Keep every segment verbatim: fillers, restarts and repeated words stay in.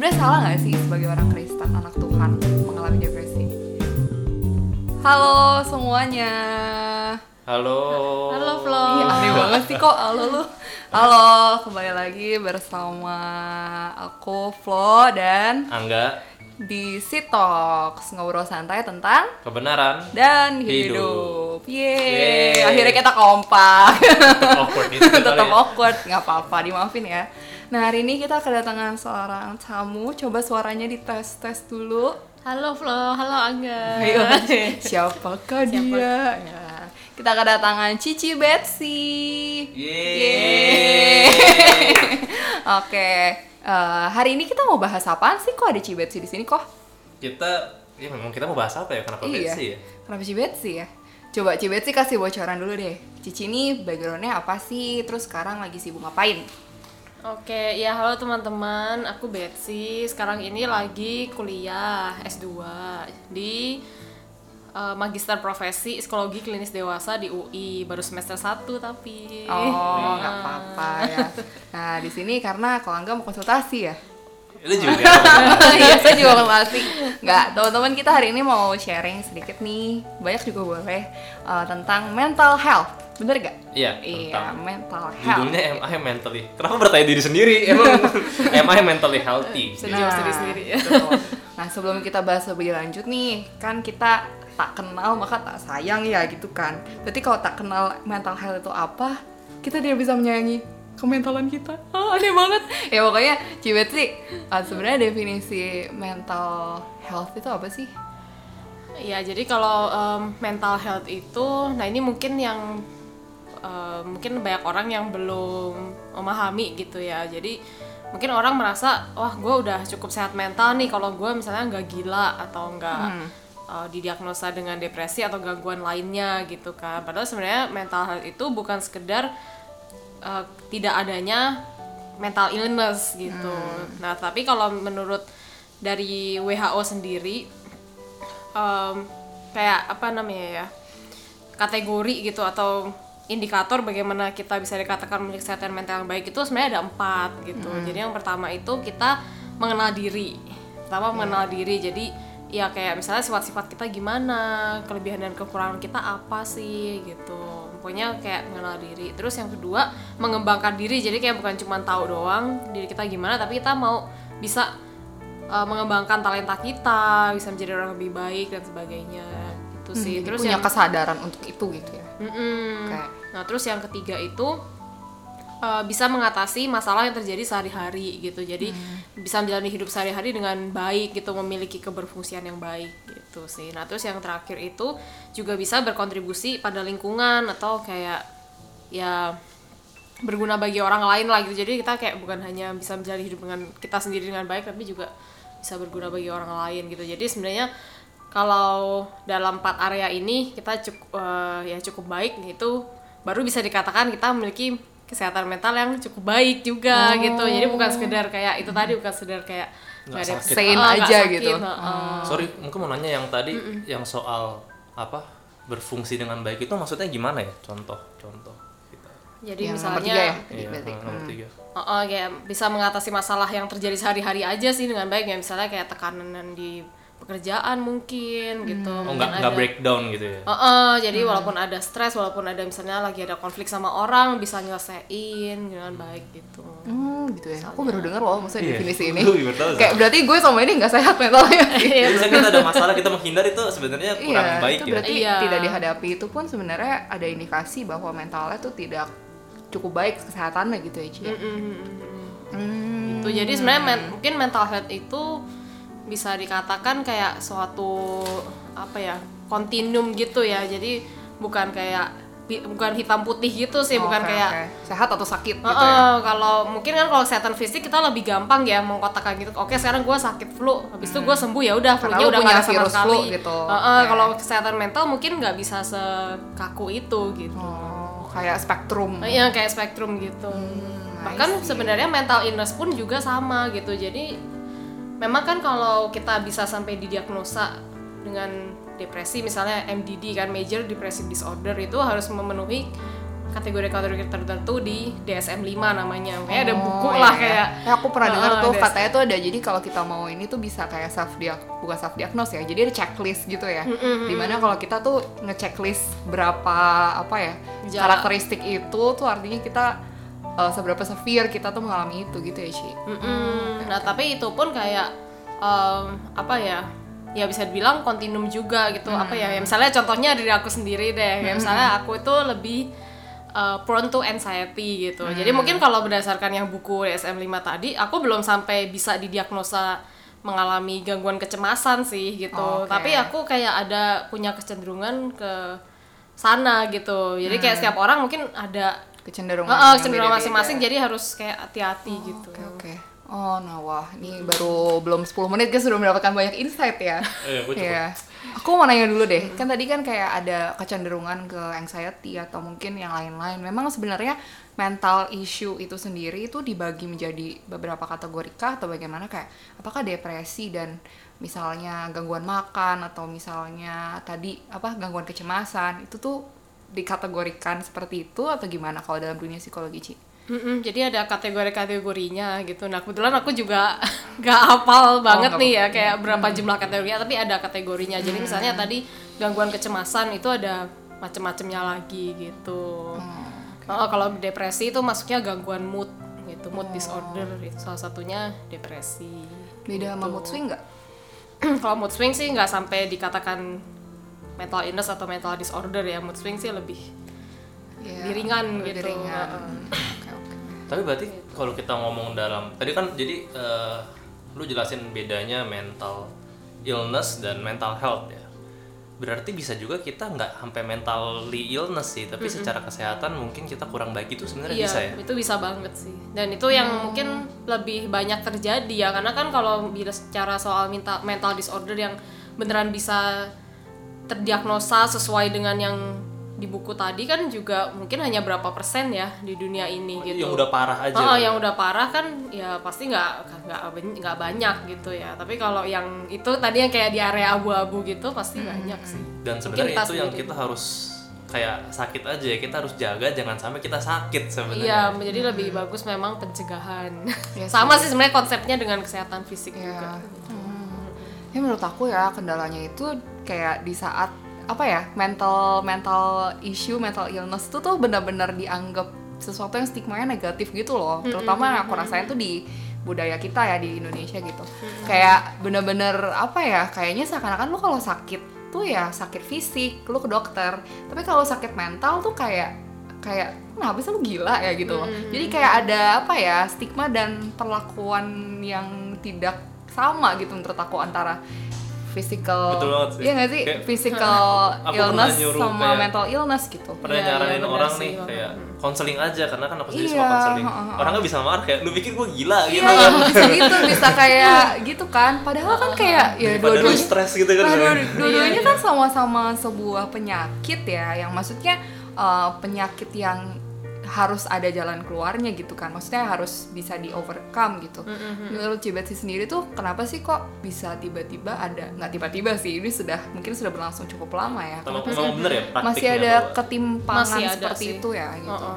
sebenarnya salah nggak sih sebagai orang Kristen, anak Tuhan, mengalami depresi? Halo semuanya. Halo. Halo Flo. Iya, aneh banget sih kok halo lu. Halo, kembali lagi bersama aku Flo dan Angga di Sitox, ngobrol santai tentang kebenaran dan hidup. hidup. Yeay. Yeay. Akhirnya kita kompak. Tetap awkward itu Tetap kali ya. awkward, nggak apa-apa, dimaafin ya. Nah, hari ini kita kedatangan seorang tamu. Coba suaranya dites-tes dulu. Halo Flo, halo Angga. Ayo, siapakah dia? Ya. Kita kedatangan Cici Betsy. Yeay. Oke, eh, hari ini kita mau bahas apaan sih? Kok ada Cici Betsy di sini kok? Kita, ya memang kita mau bahas apa ya? Kenapa Iya. Betsy ya? Kenapa Cici Betsy ya? Coba Cici Betsy kasih bocoran dulu deh. Cici ini backgroundnya apa sih? Terus sekarang lagi sibuk ngapain? Oke, ya halo teman-teman, aku Betsy. Sekarang ini lagi kuliah S dua di uh, Magister Profesi Psikologi Klinis Dewasa di U I. Baru semester satu tapi. Oh, nggak apa-apa ya. Nah, di sini karena kalau Angga mau konsultasi ya. Itu juga. Iya, saya juga konsultasi. Nggak, teman-teman kita hari ini mau sharing sedikit nih, banyak juga boleh, uh, tentang mental health. Bener gak? Iya, Iya, tentang mental health. judulnya M I mentally. Kenapa bertanya diri sendiri? Emang M I mentally healthy. Bisa jawab sendiri-sendiri ya. betul. Nah, sebelum kita bahas lebih lanjut nih, kan kita tak kenal maka tak sayang ya gitu kan. Berarti kalau tak kenal mental health itu apa, kita tidak bisa menyayangi kementalan kita. Ah, aneh banget. Ya pokoknya Cibet sih, uh, sebenarnya definisi mental health itu apa sih? Ya, jadi kalau um, mental health itu, nah ini mungkin yang uh, mungkin banyak orang yang belum memahami gitu ya. Jadi mungkin orang merasa, wah gue udah cukup sehat mental nih kalau gue misalnya nggak gila atau nggak hmm. uh, didiagnosa dengan depresi atau gangguan lainnya gitu kan. Padahal sebenarnya mental health itu bukan sekedar uh, tidak adanya mental illness gitu. Hmm. Nah tapi kalau menurut dari W H O sendiri, um, kayak apa namanya ya, kategori gitu atau indikator bagaimana kita bisa dikatakan memiliki kesehatan mental yang baik itu sebenarnya ada empat gitu. Hmm. Jadi yang pertama itu kita mengenal diri. Pertama hmm. mengenal diri. Jadi ya kayak misalnya sifat-sifat kita gimana, kelebihan dan kekurangan kita apa sih gitu. Pokoknya kayak mengenal diri. Terus yang kedua mengembangkan diri. Jadi kayak bukan cuma tahu doang diri kita gimana, tapi kita mau bisa uh, mengembangkan talenta kita, bisa menjadi orang lebih baik dan sebagainya. Itu sih. Hmm, terus punya yang kesadaran untuk itu gitu ya. Okay. Nah terus yang ketiga itu uh, bisa mengatasi masalah yang terjadi sehari-hari gitu. Jadi hmm. bisa menjalani hidup sehari-hari dengan baik gitu, memiliki keberfungsian yang baik gitu sih. Nah terus yang terakhir itu juga bisa berkontribusi pada lingkungan atau kayak ya berguna bagi orang lain lah gitu. Jadi kita kayak bukan hanya bisa menjalani hidup dengan kita sendiri dengan baik, tapi juga bisa berguna bagi orang lain gitu. Jadi sebenarnya kalau dalam empat area ini kita cukup uh, ya cukup baik gitu, baru bisa dikatakan kita memiliki kesehatan mental yang cukup baik juga oh. gitu. Jadi bukan sekedar kayak itu tadi, bukan sekedar kayak nggak ada sane oh, aja sakit, gitu. Nah, uh. Sorry, mungkin mau nanya yang tadi Mm-mm. yang soal apa berfungsi dengan baik itu maksudnya gimana ya? Contoh-contoh. Jadi yang misalnya nomor tiga ya? Iya, nomor tiga. Uh, uh, kayak bisa mengatasi masalah yang terjadi sehari-hari aja sih dengan baik ya, misalnya kayak tekanan di pekerjaan mungkin gitu. Oh, nggak nggak breakdown gitu ya? Uh, uh, jadi hmm. walaupun ada stres, walaupun ada misalnya lagi ada konflik sama orang, bisa nyelesain dengan baik gitu. Hmm, gitu ya. Misalnya. Aku baru dengar loh maksudnya yeah. definisi ini. Kayak berarti gue sama ini nggak sehat mentalnya. Jadi misalnya kita ada masalah, kita menghindar itu sebenarnya kurang iya, baik itu ya. Berarti iya. tidak dihadapi itu pun sebenarnya ada indikasi bahwa mentalnya tuh tidak cukup baik kesehatannya gitu ya, Ci. Mm-hmm. Hmm. Gitu. Jadi sebenarnya men- mungkin mental health itu bisa dikatakan kayak suatu apa ya, kontinum gitu ya. Jadi bukan kayak bukan hitam putih gitu sih, oh, bukan okay, kayak okay. sehat atau sakit uh, gitu ya. Uh, kalau mungkin kan kalau kesehatan fisik kita lebih gampang ya mengkotakkan gitu. Oke, sekarang gue sakit flu, habis itu hmm. gue sembuh ya udah, flu-nya udah nggak sama sekali. Gitu. Uh, uh, okay. Kalau kesehatan mental mungkin nggak bisa sekaku itu gitu. Oh, kayak spektrum. Iya, uh, kayak spektrum gitu. Hmm, Bahkan sebenarnya mental illness pun juga sama gitu. Jadi memang kan kalau kita bisa sampai didiagnosa dengan depresi misalnya M D D kan, major depressive disorder, itu harus memenuhi kategori-kategori tertentu di D S M lima namanya. Kayak ada Oh, buku iya, lah iya. kayak. Ya, aku pernah dengar Heeh, tuh D S M. katanya tuh ada, jadi kalau kita mau ini tuh bisa kayak self diag bukan self diagnose ya. Jadi ada checklist gitu ya. Dimana kalau kita tuh nge-checklist berapa apa ya Gejala. karakteristik itu tuh artinya kita uh, seberapa severe kita tuh mengalami itu gitu ya, Ci. Mm-mm. Nah tapi itu pun kayak em, apa ya? Ya bisa dibilang kontinum juga gitu. Apa ya? Ya misalnya contohnya dari aku sendiri deh. Kayak misalnya aku itu lebih uh, prone to anxiety gitu. Jadi mungkin kalau berdasarkan yang buku D S M lima tadi, aku belum sampai bisa didiagnosa mengalami gangguan kecemasan sih gitu. Oh, oke. Tapi aku kayak ada punya kecenderungan ke sana gitu. Jadi kayak setiap orang mungkin ada Kecenderungan. Heeh, yang kecenderungan beda-beda. masing-masing, jadi harus kayak hati-hati gitu. Oke, oke. Oh, nah wah, ini baru belum sepuluh menit guys sudah mendapatkan banyak insight ya. Iya, gue cukup. Iya. Aku mau nanya dulu deh, kan tadi kan kayak ada kecenderungan ke anxiety atau mungkin yang lain-lain. Memang sebenarnya mental issue itu sendiri itu dibagi menjadi beberapa kategori kah atau bagaimana, kayak apakah depresi dan misalnya gangguan makan atau misalnya tadi apa gangguan kecemasan itu tuh dikategorikan seperti itu atau gimana kalau dalam dunia psikologi, Ci? Mm-mm, jadi ada kategori-kategorinya gitu. Nah kebetulan aku juga gak hafal banget nggak nih ya kayak berapa jumlah kategorinya, tapi ada kategorinya. Jadi misalnya tadi gangguan kecemasan itu ada macam-macamnya lagi gitu. Oh, kalau depresi itu masuknya gangguan mood gitu, mood disorder itu salah satunya depresi. Beda sama mood swing nggak? Kalau mood swing sih nggak sampai dikatakan mental illness atau mental disorder ya. Mood swing sih lebih Iya, lebih ringan lebih gitu. ringan. Heeh. Oke, oke. Tapi berarti kalau kita ngomong dalam tadi kan jadi eh, lu jelasin bedanya mental illness dan mental health ya. Berarti bisa juga kita nggak sampai mentally illness sih, tapi secara kesehatan mungkin kita kurang baik itu sebenarnya Iya, bisa ya. itu bisa banget sih. Dan itu yang mungkin lebih banyak terjadi ya, karena kan kalau bicara soal mental mental disorder yang beneran bisa terdiagnosa sesuai dengan yang di buku tadi kan juga mungkin hanya berapa persen ya di dunia ini gitu. Yang udah parah aja. Oh, yang udah parah kan ya pasti nggak nggak nggak banyak gitu ya. Tapi kalau yang itu tadi yang kayak di area abu-abu gitu pasti banyak sih. Dan Mungkin sebenarnya kita itu yang sendiri. kita harus kayak sakit aja ya, kita harus jaga jangan sampai kita sakit sebenarnya. Iya, menjadi lebih bagus memang pencegahan. Iya Sama sih sebenarnya konsepnya dengan kesehatan fisik Iya. juga. Hmm. Ya menurut aku ya kendalanya itu kayak di saat apa ya mental mental issue mental illness itu tuh benar-benar dianggap sesuatu yang stigmanya negatif gitu loh, terutama yang aku rasain tuh di budaya kita ya di Indonesia gitu. Kayak bener-bener apa ya, kayaknya seakan-akan lu kalau sakit tuh ya sakit fisik lu ke dokter, tapi kalau sakit mental tuh kayak kayak kenapa sih lu gila ya gitu loh. Jadi kayak ada apa ya stigma dan perlakuan yang tidak sama gitu menurut aku antara physical, Betul banget sih. iya nggak sih, Kayak, physical aku illness pernah nyuruh sama kayak- mental illness gitu. Pernah Iya, nyaranin iya, benar orang sih, nih Bang. kayak konseling aja karena kan aku sendiri Iya, suka konseling. heeh, Orang nggak bisa marah kayak lu pikir gue gila gitu Iya, kan. bisa gitu, bisa kayak gitu kan. Padahal kan kayak ya Daripada lu dua-duanya stres gitu kan. Nah, dua- Iya, dua-duanya kan sama-sama sebuah penyakit ya, yang maksudnya uh, penyakit yang harus ada jalan keluarnya gitu kan, maksudnya harus bisa di overcome gitu. Menurut Cibetsi sendiri tuh kenapa sih kok bisa tiba-tiba ada, nggak tiba-tiba sih, ini sudah mungkin sudah berlangsung cukup lama ya. Memang Kenapa sih memang bener ya praktiknya. masih ada bahwa- ketimpangan Masih ada seperti sih. itu ya gitu. Oh, oh.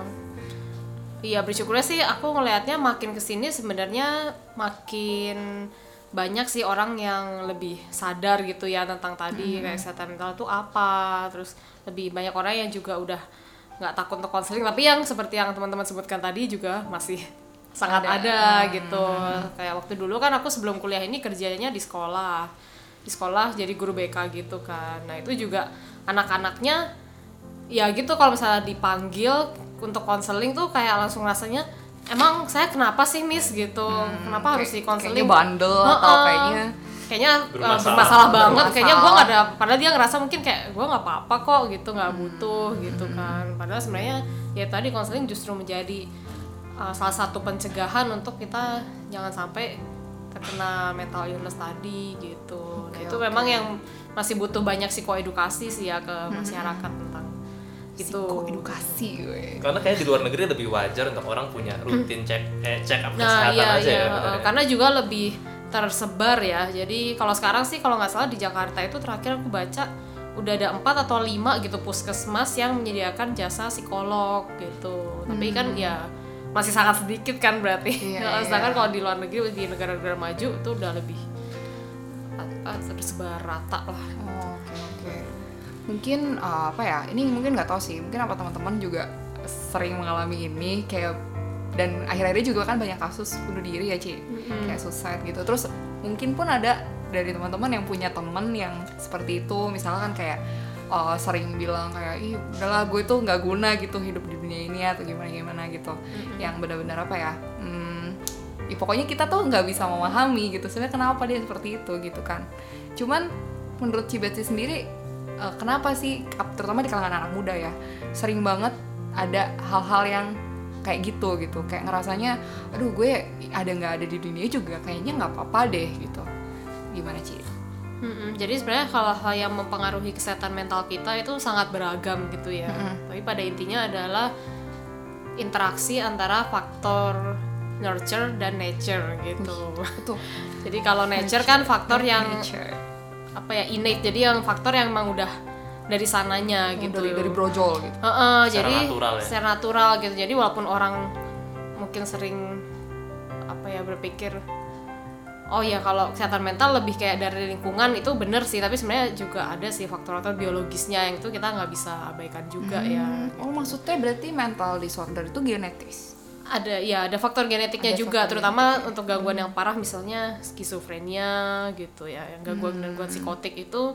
Iya, bersyukurnya sih aku ngelihatnya makin kesini sebenarnya makin banyak sih orang yang lebih sadar gitu ya tentang tadi kayak kesehatan mental itu apa, terus lebih banyak orang yang juga udah nggak takut untuk konseling, tapi yang seperti yang teman-teman sebutkan tadi juga masih sangat Ada. ada, gitu. Kayak waktu dulu kan aku sebelum kuliah ini kerjanya di sekolah di sekolah jadi guru B K gitu kan. Nah itu juga anak-anaknya ya gitu, kalau misalnya dipanggil untuk konseling tuh kayak langsung rasanya emang saya kenapa sih miss gitu, kenapa harus Kayak- dikonseling, kayaknya bandel atau Heeh. kayaknya kayaknya uh, Bermasalah. bermasalah banget, Bermasalah. kayaknya gue nggak ada, padahal dia ngerasa mungkin kayak gue nggak apa-apa kok gitu, nggak butuh gitu kan, padahal sebenarnya ya tadi konseling justru menjadi uh, salah satu pencegahan untuk kita jangan sampai terkena mental illness tadi gitu. Nah Oke, itu oke. memang yang masih butuh banyak psikoedukasi sih ya ke masyarakat tentang gitu. psikoedukasi gue. Karena kayak di luar negeri lebih wajar untuk orang punya rutin cek eh, check up Nah kesehatan iya aja iya, ya. bener ya. karena juga lebih tersebar ya. Jadi kalau sekarang sih kalau nggak salah di Jakarta itu terakhir aku baca udah ada empat atau lima gitu puskesmas yang menyediakan jasa psikolog gitu. Hmm. Tapi kan ya masih sangat sedikit kan berarti. Iya, sedangkan iya. kalau di luar negeri, di negara-negara maju itu udah lebih tersebar rata lah. Oh, oke okay, oke. Okay. Mungkin uh, apa ya? Ini mungkin nggak tahu sih. Mungkin apa teman-teman juga sering mengalami ini kayak, dan akhir-akhirnya juga kan banyak kasus bunuh diri ya Ci, mm-hmm. kayak suicide gitu. Terus mungkin pun ada dari teman-teman yang punya teman yang seperti itu, misalnya kan kayak uh, sering bilang kayak ih udahlah gue tuh nggak guna gitu hidup di dunia ini atau gimana gimana gitu, mm-hmm. yang benar-benar apa ya, hmm, ya pokoknya kita tuh nggak bisa memahami gitu sebenarnya kenapa dia seperti itu gitu kan. Cuman menurut Cibetsi sendiri uh, kenapa sih terutama di kalangan anak muda ya sering banget ada hal-hal yang kayak gitu gitu, kayak ngerasanya aduh gue ada nggak ada di dunia juga kayaknya nggak apa-apa deh gitu. Gimana Ci? Mm-mm. Jadi sebenarnya kalau hal yang mempengaruhi kesehatan mental kita itu sangat beragam gitu ya. Mm-hmm. Tapi pada intinya adalah interaksi antara faktor nurture dan nature gitu. Betul. Jadi kalau nature, nature kan faktor yang nature. apa ya innate, jadi yang faktor yang emang udah dari sananya oh, gitu. Dari dari brojol gitu. Uh-uh, secara jadi natural ya? secara natural gitu. Jadi walaupun orang mungkin sering apa ya berpikir oh ya kalau kesehatan mental lebih kayak dari lingkungan, itu bener sih, tapi sebenarnya juga ada sih faktor-faktor biologisnya yang itu kita nggak bisa abaikan juga hmm. ya. Oh maksudnya berarti mental disorder itu genetis? Ada ya, ada faktor genetiknya ada juga, faktor terutama genetik. Untuk gangguan hmm. yang parah misalnya skizofrenia gitu ya, yang gangguan-gangguan hmm. psikotik itu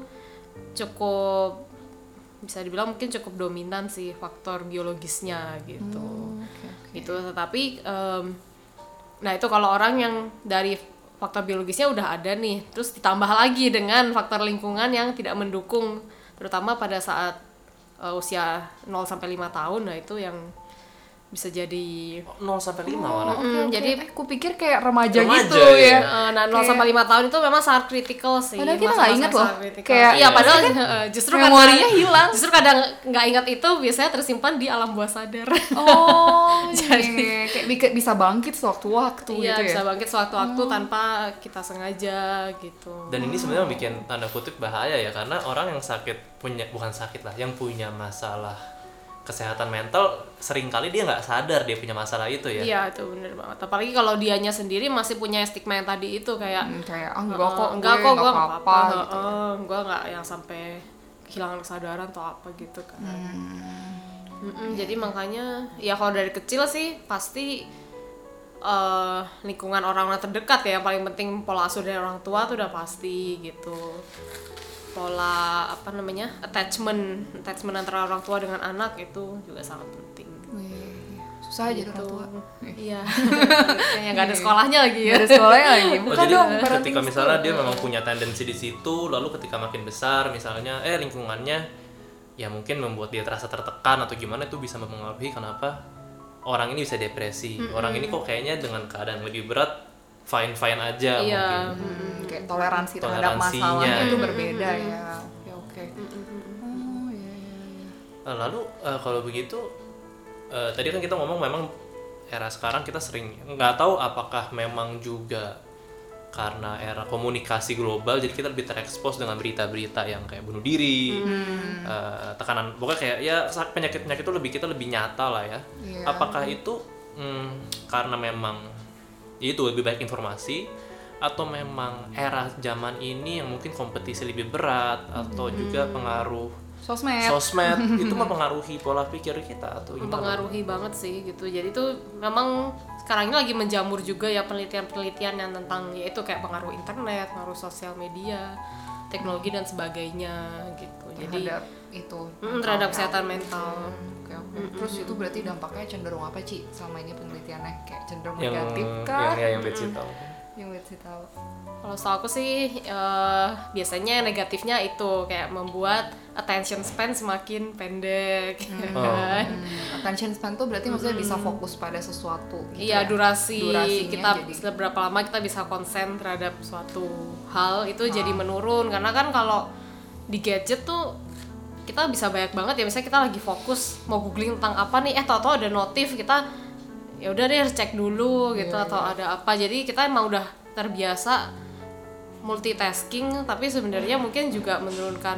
cukup bisa dibilang mungkin cukup dominan sih faktor biologisnya gitu. Hmm, okay, okay. Gitu, tetapi um, nah itu kalau orang yang dari faktor biologisnya udah ada nih, terus ditambah lagi dengan faktor lingkungan yang tidak mendukung, terutama pada saat uh, usia nol sampai lima tahun, nah itu yang bisa jadi nol sampai lima malah. Oh, okay, okay. Jadi aku pikir kayak remaja, remaja gitu ya. ya. Nah, nol sampai lima tahun itu memang sangat kritikal sih. Padahal kita nggak ingat loh. Kayak iya, padahal kan, justru memorinya kadang, hilang. Justru kadang nggak ingat itu biasanya tersimpan di alam bawah sadar. Oh, jadi kayak bisa bangkit sewaktu-waktu iya, gitu ya. Bisa bangkit sewaktu-waktu oh. tanpa kita sengaja gitu. Dan ini sebenarnya bikin tanda kutip bahaya ya, karena orang yang sakit punya bukan sakit lah, yang punya masalah kesehatan mental seringkali dia nggak sadar dia punya masalah itu ya. Iya itu bener banget. Apalagi kalau dianya sendiri masih punya stigma yang tadi itu kayak hmm, kayak ah, enggak kok, uh, enggak kok, gue nggak apa-apa, gitu. uh, gue nggak yang sampai kehilangan kesadaran atau apa gitu kan. Hmm. Jadi makanya ya kalau dari kecil sih pasti uh, lingkungan orang-orang terdekat ya, yang paling penting pola asuh dari orang tua tuh udah pasti gitu. Pola apa namanya attachment attachment antara orang tua dengan anak itu juga sangat penting. Wih, susah aja gitu. Orang tua. Iya. Yang nggak ada sekolahnya lagi ya. Nggak ada sekolahnya lagi. Bukan oh, jadi dong. Ketika misalnya dia memang punya tendensi di situ, lalu ketika makin besar misalnya, eh lingkungannya ya mungkin membuat dia terasa tertekan atau gimana, itu bisa mempengaruhi kenapa orang ini bisa depresi. Mm-hmm. Orang ini kok kayaknya dengan keadaan lebih berat fine fine aja iya. mungkin. Hmm, kayak toleransi terhadap masalahnya itu berbeda hmm. ya. Ya oke. Okay. Oh iya iya iya. Lalu uh, kalau begitu uh, tadi kan kita ngomong memang era sekarang kita sering nggak tahu apakah memang juga karena era komunikasi global jadi kita lebih terekspos dengan berita-berita yang kayak bunuh diri, hmm. uh, tekanan, pokoknya kayak ya penyakit-penyakit itu lebih kita lebih nyata lah ya. Yeah. Apakah itu hmm, karena memang itu lebih banyak informasi, atau memang era zaman ini yang mungkin kompetisi lebih berat, atau hmm. juga pengaruh sosmed sosmed itu mempengaruhi pola pikir kita atau gimana? Mempengaruhi banget sih gitu. Jadi tuh memang sekarang ini lagi menjamur juga ya penelitian-penelitian yang tentang yaitu kayak pengaruh internet, pengaruh sosial media, teknologi dan sebagainya gitu. Jadi terhadap itu mm, terhadap kesehatan mental. Oke, oke. Terus itu berarti dampaknya cenderung apa Ci selama ini penelitiannya, kayak cenderung yang, negatif kah? Yang ya, yang Betsy tahu. Yang Betsy tahu. Kalau setahu aku sih uh, biasanya negatifnya itu kayak membuat attention span semakin pendek. Hmm. kan? Oh. Attention span tuh berarti maksudnya hmm. bisa fokus pada sesuatu gitu. Iya, ya? durasi kita jadi... seberapa lama kita bisa konsen terhadap suatu hal itu oh. jadi menurun, karena kan kalau di gadget tuh kita bisa banyak banget ya, misalnya kita lagi fokus mau googling tentang apa nih, eh tau-tau ada notif, kita ya udah deh cek dulu gitu yeah, atau yeah. ada apa, jadi kita emang udah terbiasa multitasking, tapi sebenarnya mungkin juga menurunkan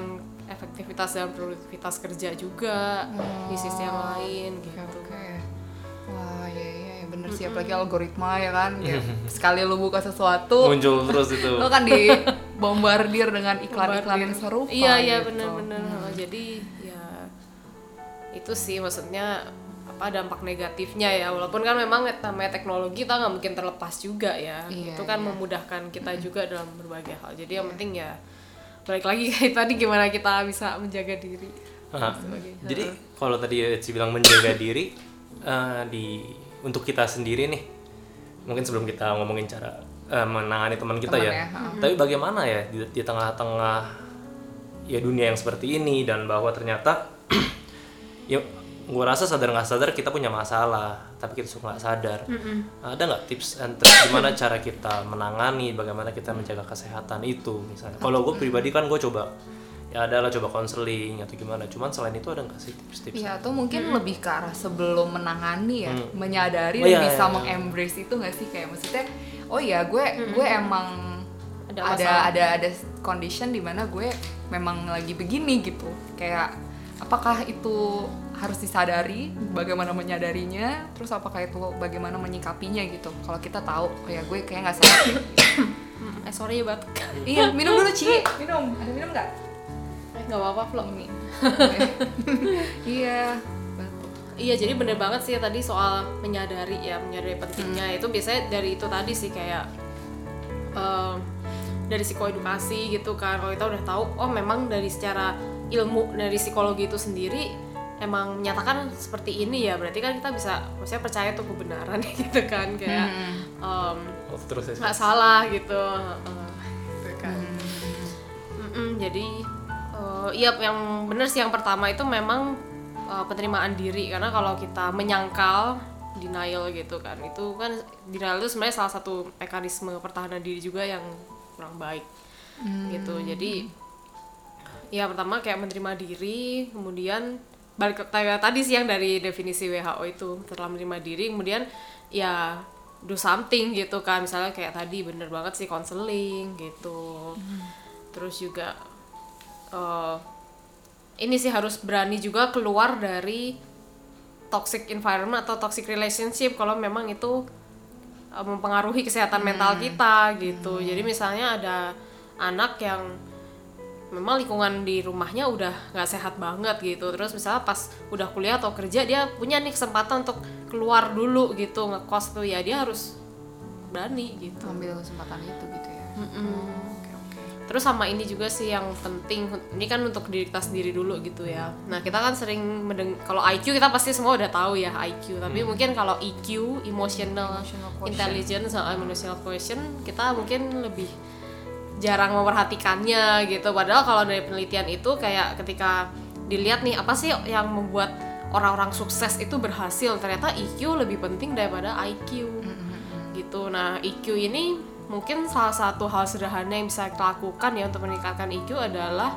efektivitas dan produktivitas kerja juga Oh, di sisi yang lain Oke, gitu. oke. Wah, iya iya iya, bener sih, apalagi algoritma ya kan. Kayak sekali lu buka sesuatu, Muncul terus itu. lu kan dibombardir dengan iklan-iklan yang serupa. Iya iya gitu. benar-benar. Jadi ya itu sih maksudnya apa dampak negatifnya ya, walaupun kan memang namanya teknologi kita nggak mungkin terlepas juga ya. Iya, Itu kan iya. memudahkan kita juga dalam berbagai hal. Jadi yang penting ya balik lagi kayak tadi gimana kita bisa menjaga diri. Aha. Sebagai- Jadi kalau tadi Eci bilang menjaga diri eh, di untuk kita sendiri nih, mungkin sebelum kita ngomongin cara eh, menangani teman kita Teman ya, ya, ha. tapi bagaimana ya di, di tengah-tengah ya dunia yang seperti ini, dan bahwa ternyata ya gue rasa sadar nggak sadar kita punya masalah, tapi kita suka nggak sadar. Ada nggak tips and tricks gimana cara kita menangani, bagaimana kita menjaga kesehatan itu misalnya? Kalau gue pribadi kan gue coba ya adalah coba konseling atau gimana. Cuman selain itu ada nggak sih tips-tips? Iya, atau mungkin lebih ke arah sebelum menangani ya, Hmm. menyadari Oh, dan iya, bisa iya, iya. mengembrace itu nggak sih, kayak maksudnya, oh iya gue gue emang Ada ada masalah. ada ada condition di mana gue memang lagi begini gitu, kayak apakah itu harus disadari, bagaimana menyadarinya, terus apakah itu bagaimana menyikapinya gitu. Kalau kita tahu, oh ya gue kayak nggak sehat. Hmm, eh sorry ya batuk. Iya, minum dulu Ci, minum, ada minum nggak? Eh nggak apa-apa vlog. Ini. Iya, batuk. Iya jadi bener banget sih tadi soal menyadari ya, menyadari pentingnya itu biasanya dari itu tadi sih kayak em, dari psikoedukasi gitu kan. Kalau kita udah tahu oh memang dari secara ilmu dari psikologi itu sendiri emang menyatakan seperti ini ya, berarti kan kita bisa maksudnya percaya tuh kebenaran gitu kan, kayak em, Oh, terus ya. nggak salah gitu. Heeh, gitu kan. Mm-mm, jadi eh, iya yang bener sih yang pertama itu memang eh, penerimaan diri, karena kalau kita menyangkal denial gitu kan, itu kan denial itu sebenarnya salah satu mekanisme pertahanan diri juga yang kurang baik gitu. Jadi ya pertama kayak menerima diri, kemudian balik ke kayak tadi sih yang dari definisi W H O itu, setelah menerima diri kemudian ya do something gitu kan, misalnya kayak tadi bener banget sih konseling gitu. Terus juga eh, ini sih harus berani juga keluar dari toxic environment atau toxic relationship kalau memang itu uh, mempengaruhi kesehatan mental kita gitu. Jadi misalnya ada anak yang memang lingkungan di rumahnya udah nggak sehat banget gitu, terus misalnya pas udah kuliah atau kerja dia punya nih kesempatan untuk keluar dulu gitu ngekos tuh, ya dia harus berani gitu. Ambil kesempatan itu gitu ya. Oke, oke. Terus sama ini juga sih yang penting, ini kan untuk diri kita sendiri dulu gitu ya. Nah kita kan sering mendeng kalau I Q kita pasti semua udah tahu ya I Q, tapi mungkin kalau E Q, emotional, Emotional quotient. intelligence, sama emotional quotient kita mungkin lebih jarang memperhatikannya gitu. Padahal kalau dari penelitian itu kayak ketika dilihat nih apa sih yang membuat orang-orang sukses itu berhasil, ternyata E Q lebih penting daripada I Q gitu. Nah E Q ini mungkin salah satu hal sederhana yang bisa kita lakukan ya untuk meningkatkan E Q adalah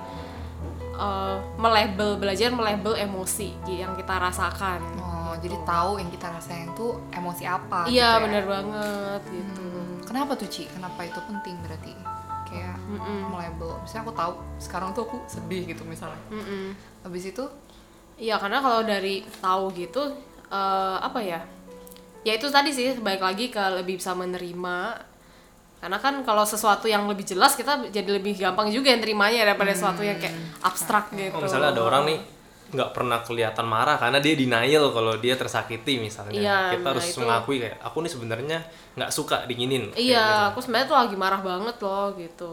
uh, melabel, belajar melabel emosi yang kita rasakan. Oh, jadi tahu yang kita rasain tuh emosi apa. Iya gitu ya. benar banget gitu. Hmm, kenapa tuh Ci? Kenapa itu penting berarti? Kayak melabel. Misalnya aku tahu sekarang tuh aku sedih gitu misalnya. Mm-mm. Habis itu Iya karena kalau dari tahu gitu uh, apa ya? Ya itu tadi sih balik lagi ke lebih bisa menerima. Karena kan kalau sesuatu yang lebih jelas kita jadi lebih gampang juga yang terimanya daripada sesuatu yang kayak abstrak gitu. Oh, misalnya ada orang nih nggak pernah kelihatan marah karena dia denial kalau dia tersakiti misalnya. Iya, Kita nah harus itu- mengakui kayak aku nih sebenarnya nggak suka diginin. Kayak Iya, gitu. aku sebenarnya tuh lagi marah banget loh gitu.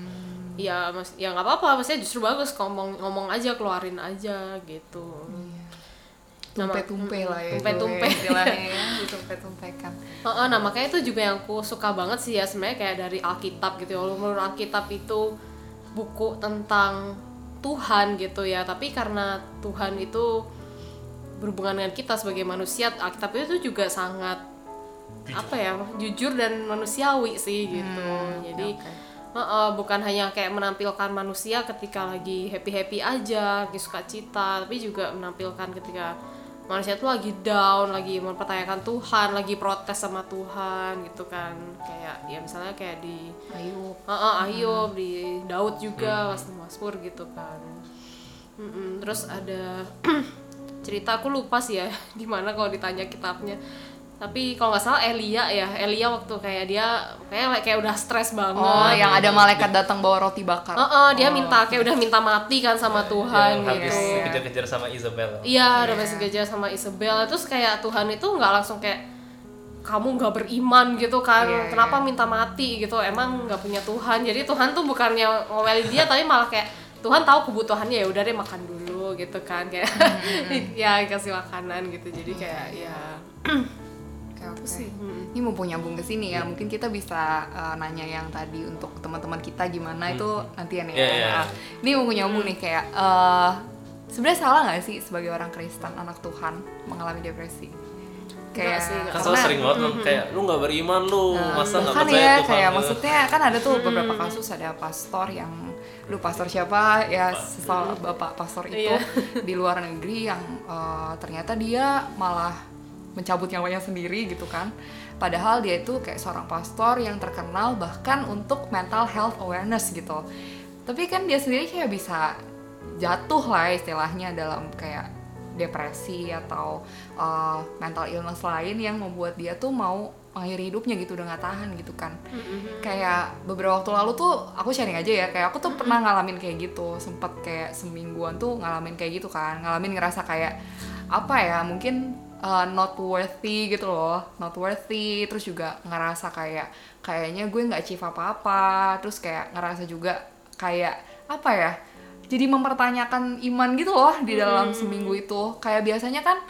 Iya, mas, ya nggak apa-apa, maksudnya justru bagus ngomong ngomong aja, keluarin aja gitu. Nama- tumpe-tumpe lah ya. Tumpe-tumpe. itu ya, istilahnya ya, ditumpe-tumpekan. Heeh, nah makanya itu juga yang aku suka banget sih ya sebenarnya kayak dari Alkitab gitu ya. Walaupun menurut Alkitab itu buku tentang Tuhan gitu ya, tapi karena Tuhan itu berhubungan dengan kita sebagai manusia, Alkitab itu juga sangat apa ya, jujur dan manusiawi sih gitu. Jadi heeh, bukan hanya kayak menampilkan manusia ketika lagi happy-happy aja, lagi sukacita, tapi juga menampilkan ketika manusia tuh lagi down, lagi mempertanyakan Tuhan, lagi protes sama Tuhan gitu kan. Kayak ya misalnya kayak di Ayub. Heeh, Ayub, di Daud juga, Mazmur gitu kan. Mm-mm. Terus ada cerita, aku lupa sih ya di mana kalau ditanya kitabnya. Tapi kalau nggak salah Elia ya, Elia waktu kayak dia kayak kayak udah stres banget. Oh, yang ada malaikat datang bawa roti bakar. Uh, uh, dia oh. minta kayak udah minta mati kan sama Tuhan yang gitu. Habis kejar-kejar sama Isabel. Iya, udah habis kejar sama Isabel. Terus kayak Tuhan itu nggak langsung kayak kamu nggak beriman gitu kan, yeah, kenapa yeah. minta mati gitu, emang nggak punya Tuhan. Jadi Tuhan tuh bukannya ngomelin dia tapi malah kayak Tuhan tahu kebutuhannya, ya udah deh makan dulu gitu kan, kayak mm-hmm. ya kasih makanan gitu. Jadi kayak ya kayak apa sih? Hmm. Ini mau nyambung ke sini ya, mungkin kita bisa uh, nanya yang tadi untuk teman-teman kita gimana hmm. itu nantian ya. Yeah, yeah. Ini mau nyambung hmm. nih kayak uh, sebenarnya salah nggak sih sebagai orang Kristen anak Tuhan mengalami depresi? Kayak sih, kan karena, sering banget mm-hmm. kayak lu nggak beriman lu, nah, masa nggak percaya ya, Tuhan? Kayak maksudnya kan ada tuh beberapa kasus, ada pastor yang lu pastor siapa ya, sesal bapak pastor itu yeah. di luar negeri yang uh, ternyata dia malah mencabut nyawanya sendiri gitu kan, padahal dia itu kayak seorang pastor yang terkenal bahkan untuk mental health awareness gitu, tapi kan dia sendiri kayak bisa jatuh lah istilahnya dalam kayak depresi atau uh, mental illness lain yang membuat dia tuh mau mengakhiri hidupnya gitu, udah nggak tahan gitu kan. Mm-hmm. Kayak beberapa waktu lalu tuh aku sharing aja ya, kayak aku tuh mm-hmm. pernah ngalamin kayak gitu, sempet kayak semingguan tuh ngalamin kayak gitu kan, ngalamin ngerasa kayak apa ya, mungkin uh, not worthy gitu loh, not worthy, terus juga ngerasa kayak kayaknya gue nggak achieve apa-apa, terus kayak ngerasa juga kayak apa ya, jadi mempertanyakan iman gitu loh di dalam hmm. seminggu itu. Kayak biasanya kan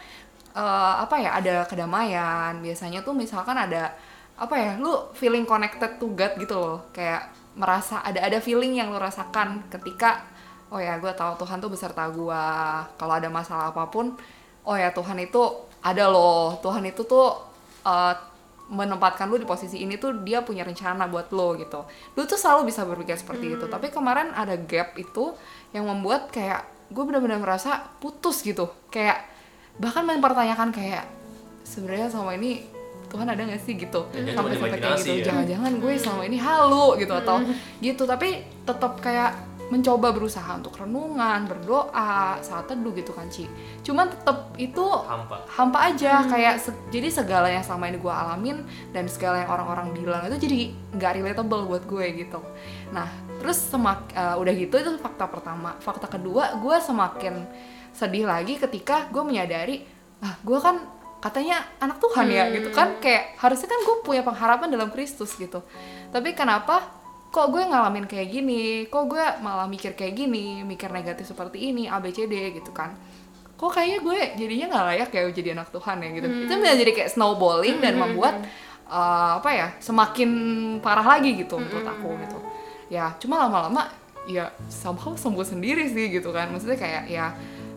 uh, apa ya, ada kedamaian, biasanya tuh misalkan ada apa ya, lu feeling connected to God gitu loh, kayak merasa ada ada feeling yang lu rasakan ketika oh ya gue tahu Tuhan tuh beserta gue, kalau ada masalah apapun oh ya Tuhan itu ada loh, Tuhan itu tuh uh, menempatkan lu di posisi ini tuh dia punya rencana buat lo gitu. Lu tuh selalu bisa berpikir seperti hmm. itu. Tapi kemarin ada gap itu yang membuat kayak gue benar-benar merasa putus gitu. Kayak bahkan mempertanyakan kayak sebenarnya selama ini Tuhan ada nggak sih gitu. Ya, sampai sampai kayak gitu. Ya? Jangan-jangan gue selama ini halu gitu atau gitu. Tapi tetap kayak mencoba berusaha untuk renungan, berdoa, saat teduh gitu kan Ci. Cuman tetap itu hampa, hampa aja hmm. kayak se- jadi segala yang selama ini gue alamin dan segala yang orang-orang bilang itu jadi nggak relatable buat gue gitu. Nah terus semak uh, udah gitu itu fakta pertama. Fakta kedua, gue semakin sedih lagi ketika gue menyadari ah gue kan katanya anak Tuhan ya hmm. gitu kan, kayak harusnya kan gue punya pengharapan dalam Kristus gitu. Tapi kenapa kok gue ngalamin kayak gini, kok gue malah mikir kayak gini, mikir negatif seperti ini, A B C D gitu kan. Kok kayaknya gue jadinya gak layak ya jadi anak Tuhan ya gitu. Hmm. Itu bisa jadi kayak snowballing dan hmm. membuat uh, apa ya, semakin parah lagi gitu hmm. menurut aku gitu. Ya cuma lama-lama ya somehow sembuh sendiri sih gitu kan. Maksudnya kayak ya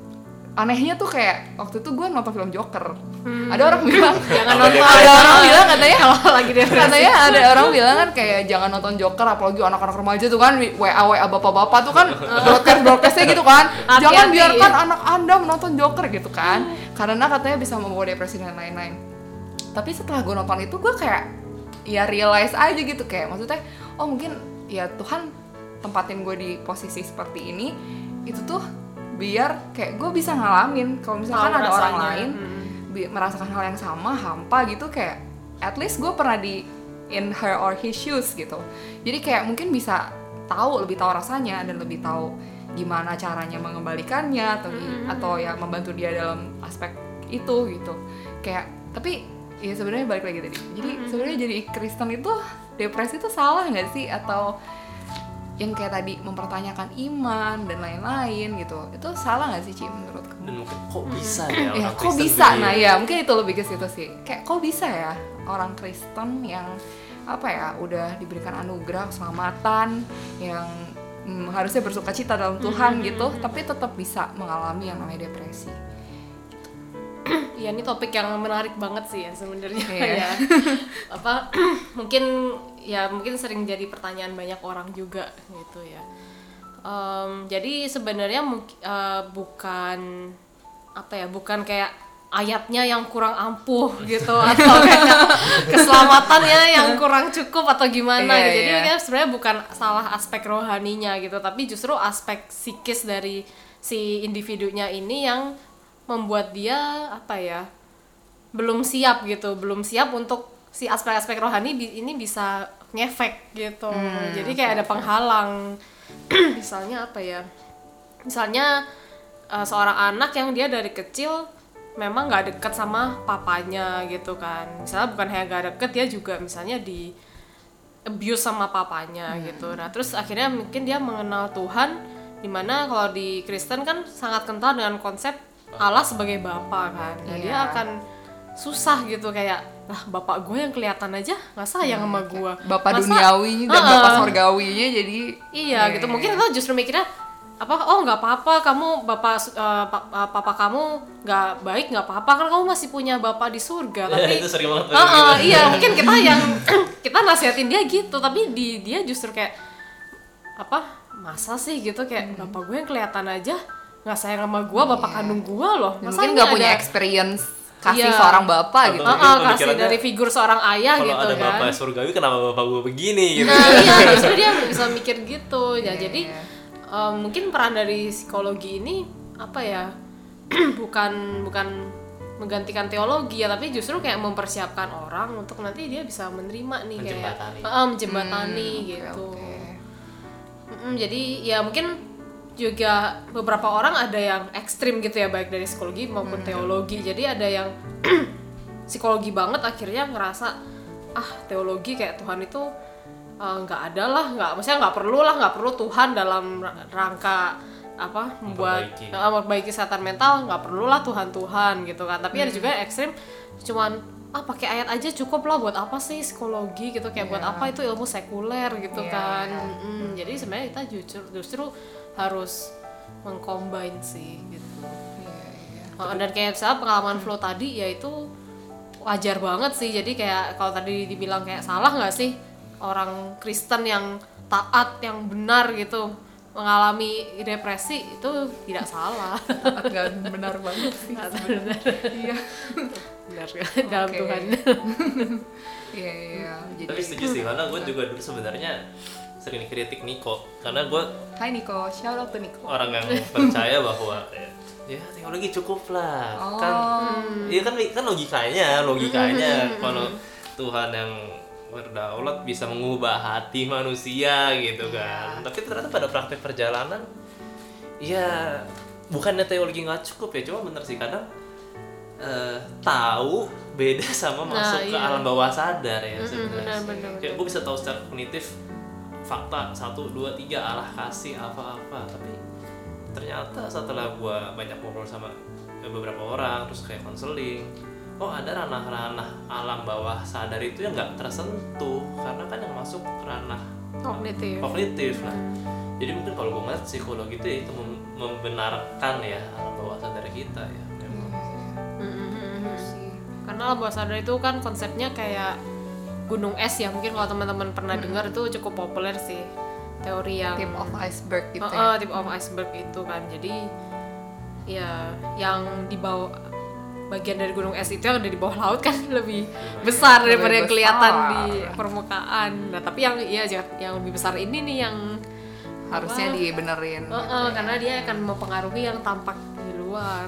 anehnya tuh kayak waktu itu gue nonton film Joker. Hmm. Ada orang bilang jangan nonton. Ada orang bilang katanya kalau lagi depresi. Katanya ada orang bilang kan kayak jangan nonton Joker, apalagi anak-anak remaja tuh kan W A W A bapak-bapak tuh kan broadcast broadcastnya gitu kan. Jangan biarkan ya. Anak Anda menonton Joker gitu kan. Karena katanya bisa membawa depresi dan lain-lain. Tapi setelah gue nonton itu gue kayak ya realize aja gitu, kayak maksudnya oh mungkin ya Tuhan tempatin gue di posisi seperti ini itu tuh biar kayak gue bisa ngalamin kalau misalkan oh, ada rasanya. Orang lain hmm. bi- merasakan hal yang sama, hampa gitu, kayak at least gue pernah di in her or his shoes gitu. Jadi kayak mungkin bisa tahu, lebih tahu rasanya dan lebih tahu gimana caranya mengembalikannya atau hmm. atau ya membantu dia dalam aspek itu gitu. Kayak tapi ya sebenarnya balik lagi tadi. Jadi hmm. sebenarnya jadi Kristen itu depresi itu salah nggak sih, atau yang kayak tadi mempertanyakan iman dan lain-lain gitu, itu salah nggak sih Ci menurut kamu? Dan mungkin kok bisa ya orang ya, Kristen kok bisa nah ya mungkin itu lebih ke situ sih, kayak kok bisa ya orang Kristen yang apa ya udah diberikan anugerah keselamatan yang hmm, harusnya bersukacita dalam Tuhan mm-hmm. gitu, tapi tetap bisa mengalami yang namanya depresi. Ya ini topik yang menarik banget sih ya sebenarnya yeah. ya. Apa mungkin ya mungkin sering jadi pertanyaan banyak orang juga gitu ya. Um, jadi sebenarnya uh, bukan apa ya, bukan kayak ayatnya yang kurang ampuh gitu atau kayak keselamatannya yang kurang cukup atau gimana yeah, gitu. Jadi yeah. sebenarnya bukan salah aspek rohaninya gitu, tapi justru aspek psikis dari si individunya ini yang membuat dia apa ya belum siap gitu, belum siap untuk si aspek-aspek rohani bi- ini bisa ngefek gitu. Hmm, Jadi kayak ada penghalang. Misalnya apa ya? Misalnya uh, seorang anak yang dia dari kecil memang nggak deket sama papanya gitu kan. Misalnya bukan hanya nggak deket, dia juga misalnya di abuse sama papanya Hmm. gitu. Nah terus akhirnya mungkin dia mengenal Tuhan, dimana kalau di Kristen kan sangat kental dengan konsep Allah sebagai Bapa kan. Nah, dia Iya. akan susah gitu kayak, lah bapak gue yang kelihatan aja nggak sayang sama gue. Bapak Masa- duniawi dan Heeh. bapak sorgawinya jadi Iya gitu, mungkin kita justru mikirnya apa, oh nggak apa-apa kamu bapak eh, pa- eh, papa kamu nggak baik nggak apa-apa kan kamu masih punya bapak di surga. Ya, Tapi itu sering banget Heeh, begitu. iya mungkin kita yang kita nasihatin dia gitu, tapi di dia justru kayak apa, masa sih gitu kayak bapak gue yang kelihatan aja nggak sayang sama gue, bapak Iya. kandung gue loh. Dan Masa mungkin ini nggak punya ada- experience kasih Iya. seorang bapak Atau gitu. mungkin Heeh, kasih pemikirannya, dari figur seorang ayah Kalau gitu ada kan. bapak surgawi kenapa bapak gue begini gitu. Nah iya justru dia bisa mikir gitu ya. Iya, Jadi iya. em, mungkin peran dari psikologi ini apa ya bukan bukan menggantikan teologi ya, tapi justru kayak mempersiapkan orang untuk nanti dia bisa menerima nih kayak Menjembatani. Heeh, menjembatani Hmm, oke, gitu. oke. Mm-mm, jadi ya mungkin juga beberapa orang ada yang ekstrim gitu ya, baik dari psikologi maupun teologi. Jadi ada yang psikologi banget akhirnya ngerasa ah teologi kayak Tuhan itu eh, nggak ada lah, nggak maksudnya nggak perlu lah, nggak perlu Tuhan dalam ra- rangka apa membuat Memperbaiki. eh, memperbaiki kesehatan mental, nggak perlu lah Tuhan Tuhan gitu kan. Tapi ada juga yang ekstrim cuman ah pakai ayat aja cukup lah, buat apa sih psikologi gitu, kayak buat Iya. apa itu ilmu sekuler gitu Iya. kan. Mm, jadi sebenarnya kita justru justru harus mengcombine sih gitu. Iya, iya. Oh, dan kayak misalnya pengalaman flow tadi ya itu wajar banget sih. Jadi kayak kalau tadi dibilang kayak salah nggak sih orang Kristen yang taat yang benar gitu mengalami depresi, itu tidak salah. Nggak benar banget sih. benar Iya. benar dalam Oke. Tuhan. Iya, iya. Jadi Tapi setuju sih, karena gue juga dulu sebenarnya sering dikritik Niko, karena gue Hai Niko, shout out to Niko. orang yang percaya bahwa ya, ya teologi cukup lah. Oh. Kan iya kan kan logikanya, logikanya kalau Tuhan yang berdaulat bisa mengubah hati manusia gitu kan. Tapi ternyata pada praktek perjalanan ya bukannya teologi nggak cukup ya, cuma bener sih kadang eh, tahu beda sama Nah, masuk ke iya. alam bawah sadar ya Mm-mm, sebenarnya. benar, benar, Kayak gue bisa tahu secara kognitif fakta satu dua tiga Allah kasih apa-apa, tapi ternyata setelah gue banyak ngobrol sama beberapa orang terus kayak konseling, oh ada ranah-ranah alam bawah sadar itu yang nggak tersentuh karena kan yang masuk ke ranah Kognitif. kognitif. Nah, jadi mungkin kalau gue ngeliat psikologi itu ya itu mem- membenarkan ya alam bawah sadar kita ya. memang. Mm-mm. Karena alam bawah sadar itu kan konsepnya kayak gunung es ya, mungkin kalau teman-teman pernah dengar itu cukup populer sih teori yang Tip of iceberg gitu Oh, ya. oh, tip of iceberg itu kan. Jadi ya yang di bawah bagian dari gunung es itu yang ada di bawah laut kan lebih besar Lebih daripada yang besar. kelihatan di permukaan. Nah, tapi yang iya yang lebih besar ini nih yang Harusnya apa? dibenerin. Oh, gitu oh, ya. karena dia akan mempengaruhi yang tampak di luar.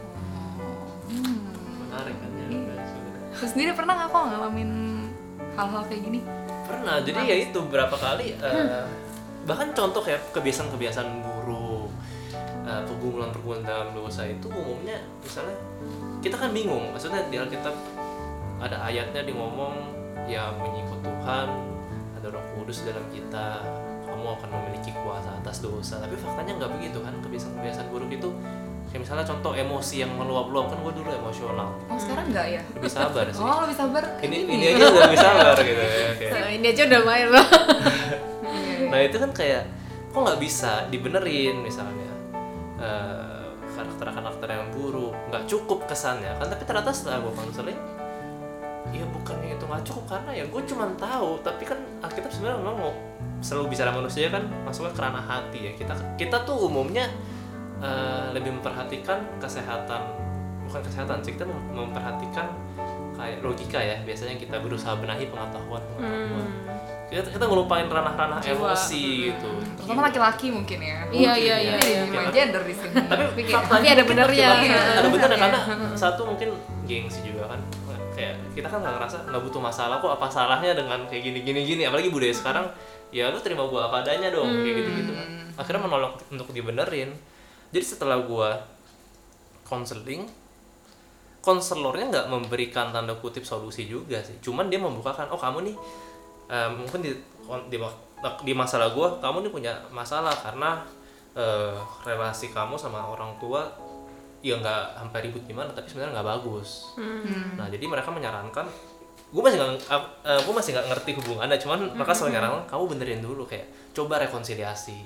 Menarik kan ya sebenarnya. Terus sendiri pernah nggak kok ngalamin hal-hal kayak gini? Pernah, jadi ya itu berapa kali eh, bahkan contoh kayak kebiasaan-kebiasaan buruk, eh, pergumulan-pergumulan dalam dosa itu umumnya misalnya kita kan bingung, maksudnya di Alkitab ada ayatnya di ngomong ya mengikut Tuhan, ada Roh Kudus dalam kita, kamu akan memiliki kuasa atas dosa. Tapi faktanya nggak begitu kan, kebiasaan-kebiasaan buruk itu kayak misalnya contoh emosi yang meluap-luap, kan gue dulu emosional, Oh sekarang nggak ya? lebih sabar sih. Oh lebih sabar. ini ini aja udah lebih sabar gitu ya kayak. Nah, ini aja udah main loh. Iya. Nah itu kan kayak kok nggak bisa dibenerin misalnya eh, karakter-karakter yang buruk nggak cukup kesannya kan, tapi ternyata setelah gue konseling ya bukannya itu nggak cukup, karena ya gue cuma tahu, tapi kan Alkitab sebenarnya memang mau selalu bicara manusia kan masuknya ke ranah hati ya. Kita kita tuh umumnya eh, lebih memperhatikan kesehatan, bukan kesehatan sih, kita mem- memperhatikan kayak logika ya, biasanya kita berusaha benahi pengetahuan pengetahuan Hmm. kita, kita ngelupain ranah-ranah Jiwa. emosi gitu. Terutama laki-laki mungkin ya. Iya, Mungkin iya, ya. iya, Ini iya. gimana gender di sini. Tapi kayak- Tapi ada benernya. Iya, ada benernya Iya. karena satu mungkin gengsi juga kan, kayak kita kan nggak ngerasa nggak butuh masalah kok, apa salahnya dengan kayak gini gini gini, apalagi budaya sekarang ya lu terima gua apa adanya dong kayak gitu gitu kan, akhirnya menolak untuk dibenerin. Jadi setelah gua konseling, konselornya nggak memberikan tanda kutip solusi juga sih, cuman dia membukakan, oh kamu nih eh, mungkin di, di di masalah gua kamu nih punya masalah karena eh, relasi kamu sama orang tua ya nggak sampai ribut gimana, tapi sebenarnya nggak bagus. Hmm. Nah jadi mereka menyarankan, gue masih nggak uh, gue masih nggak ngerti hubungannya, cuman mereka selalu menyarankan kamu benerin dulu, kayak coba rekonsiliasi.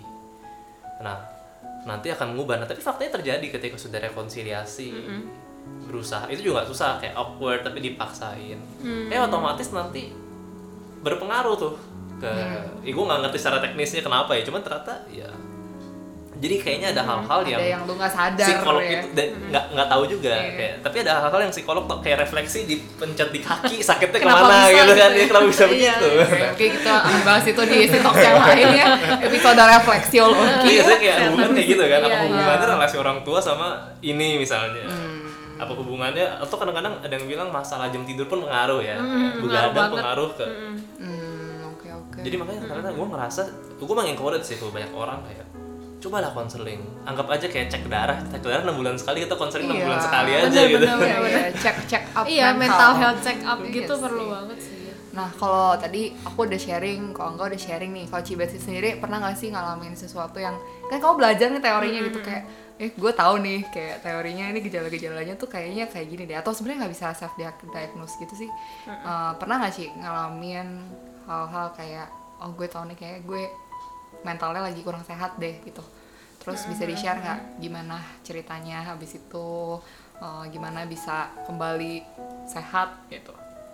Nah nanti akan mengubah. Nah tapi faktanya terjadi ketika sudah rekonsiliasi, berusaha itu juga nggak susah, kayak awkward tapi dipaksain, eh otomatis nanti berpengaruh tuh ke, hmm. ya, gue nggak ngerti secara teknisnya kenapa ya, cuman ternyata ya. Jadi kayaknya ada hal-hal ada yang, yang lu nggak sadar psikolog ya. itu da- nggak nggak tahu juga, Iya. kayak tapi ada hal-hal yang psikolog tuh kayak refleksi dipencet di kaki sakitnya Kenapa kemana bisa gitu kan, gitu ya kenapa bisa Iya. begitu. Oke, oke, kita akan bahas itu di TikTok yang lain ya. Episode refleksiologi. Iya, saya kayak hubungan kayak gitu kan, apa Iya, hubungannya iya. relasi orang tua sama ini misalnya. Hmm. Apa hubungannya, atau kadang-kadang ada yang bilang masalah jam tidur pun pengaruh ya, Hmm, begadang pengaruh banget. pengaruh ke. Hmm, oke oke. Jadi makanya ternyata gue ngerasa, gue mengencourage sih tuh banyak orang kayak cobalah konseling, anggap aja kayak cek darah, cek darah enam bulan sekali, kita konseling enam Iya. bulan sekali aja Bener, gitu. bener, Iya, iya, cek cek up Iya, mental health check up Iya gitu sih. perlu banget sih. Nah, kalau tadi aku udah sharing, kalau enggak udah sharing nih, kalau Cibetsi sendiri pernah nggak sih ngalamin sesuatu yang kan kamu belajar nih teorinya gitu, kayak eh gue tahu nih kayak teorinya ini gejala-gejalanya tuh kayaknya kayak gini deh, atau sebenarnya nggak bisa self diagnose gitu sih. Eh, pernah nggak sih ngalamin hal-hal kayak oh gue tahu nih kayak gue mentalnya lagi kurang sehat deh gitu, terus bisa di share nggak gimana ceritanya habis itu, eh, gimana bisa kembali sehat gitu.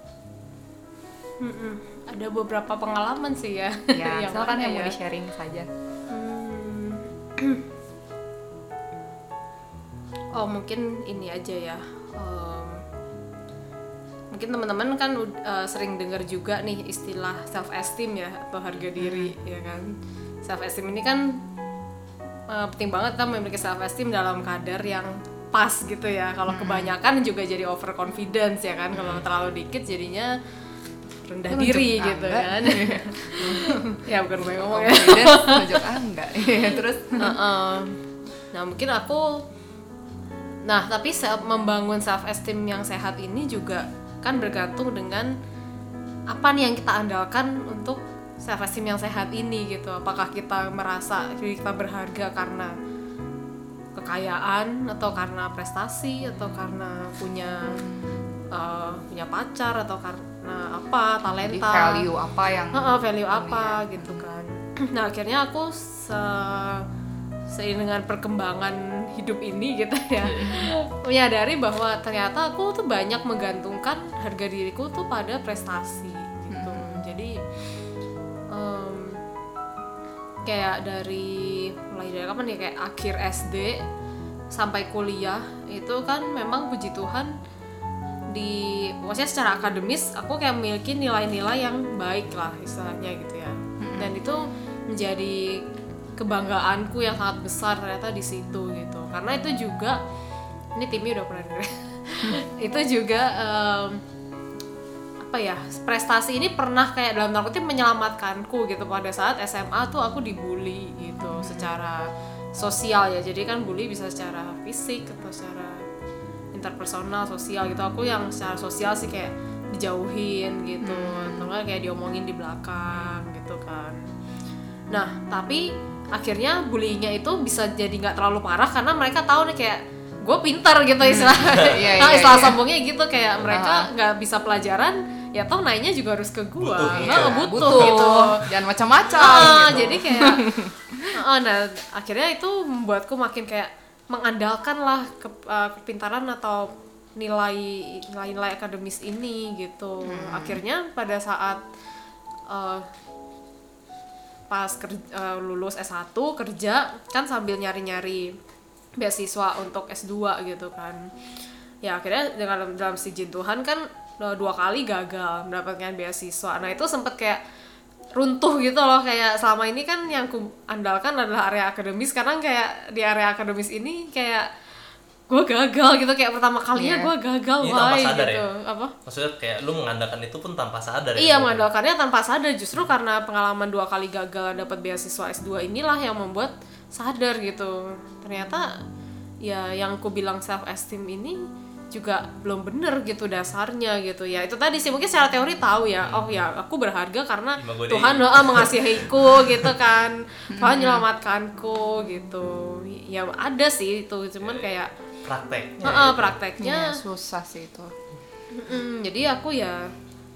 Mm-mm. Ada beberapa pengalaman sih ya. Ya, silakan mana yang mau ya? di sharing saja. Hmm. Oh mungkin ini aja ya. Um, mungkin teman-teman kan uh, sering dengar juga nih istilah self esteem ya, atau harga diri ya kan. Self esteem ini kan uh, penting banget kita memiliki self esteem dalam kadar yang pas gitu ya. Kalau kebanyakan juga jadi overconfidence ya kan. Kalau terlalu dikit jadinya rendah Itu diri nunjuk gitu angga. kan. Ya bukan gue ngomong ya. Confidence tunjuk angga. Terus Uh-uh. Nah mungkin aku, nah tapi self, membangun self esteem yang sehat ini juga kan bergantung dengan apa nih yang kita andalkan untuk self esteem yang sehat ini gitu. Apakah kita merasa diri kita berharga karena kekayaan, atau karena prestasi, atau karena punya uh, punya pacar, atau karena apa, di talenta, value apa yang Heeh, value apa ya. gitu kan. Nah akhirnya aku se seiring dengan perkembangan hidup ini gitu ya, menyadari bahwa ternyata aku tuh banyak menggantungkan harga diriku tuh pada prestasi gitu. Jadi em, kayak dari mulai dari kapan ya, kayak akhir S D sampai kuliah itu kan memang puji Tuhan di, maksudnya secara akademis aku kayak memiliki nilai-nilai yang baik lah istilahnya gitu ya. Dan itu menjadi kebanggaanku yang sangat besar ternyata di situ gitu. Karena itu juga, ini timnya udah pernah denger. Itu juga um, apa ya, prestasi ini pernah kayak dalam tanda kutip menyelamatkanku gitu. Pada saat S M A tuh aku dibully gitu secara sosial ya. Jadi kan bully bisa secara fisik atau secara interpersonal, sosial gitu. Aku yang secara sosial sih kayak dijauhin gitu, atau enggak kayak diomongin di belakang gitu kan. Nah tapi akhirnya bullyingnya itu bisa jadi nggak terlalu parah karena mereka tahu nih kayak gue pintar gitu istilah, Iya, nah, iya, istilah iya. sombongnya gitu, kayak mereka nggak bisa pelajaran ya toh naiknya juga harus ke gue, Butuh, nah, iya. butuh, butuh gitu. jangan macam-macam Ah, gitu. jadi kayak ah, nah akhirnya itu membuatku makin kayak mengandalkan lah ke, uh, kepintaran atau nilai nilai-nilai akademis ini gitu. Akhirnya pada saat uh, pas kerja, uh, lulus S satu kerja kan sambil nyari-nyari beasiswa untuk S dua gitu kan. Ya akhirnya dengan dalam si izin Tuhan kan uh, dua kali gagal mendapatkan beasiswa. Nah itu sempet kayak runtuh gitu loh. Kayak selama ini kan yang ku andalkan adalah area akademis, sekarang kayak di area akademis ini kayak gue gagal gitu, kayak pertama kalinya Yeah. gue gagal Ini tanpa why sadar gitu. ya? Apa? Maksudnya kayak lu mengandalkan itu pun tanpa sadar ya? Iya, mengandalkannya tanpa sadar, justru karena pengalaman dua kali gagal dapat beasiswa S dua inilah yang membuat sadar gitu. Ternyata ya yang ku bilang self esteem ini juga belum bener gitu dasarnya gitu ya. Itu tadi sih mungkin secara teori tahu ya, oh ya aku berharga karena Imago Tuhan Dei. doa mengasihiku gitu kan, Tuhan menyelamatkanku gitu ya. Ada sih itu, cuman kayak Prakteknya. uh, itu. prakteknya Ya, susah sih itu. Mm, jadi aku ya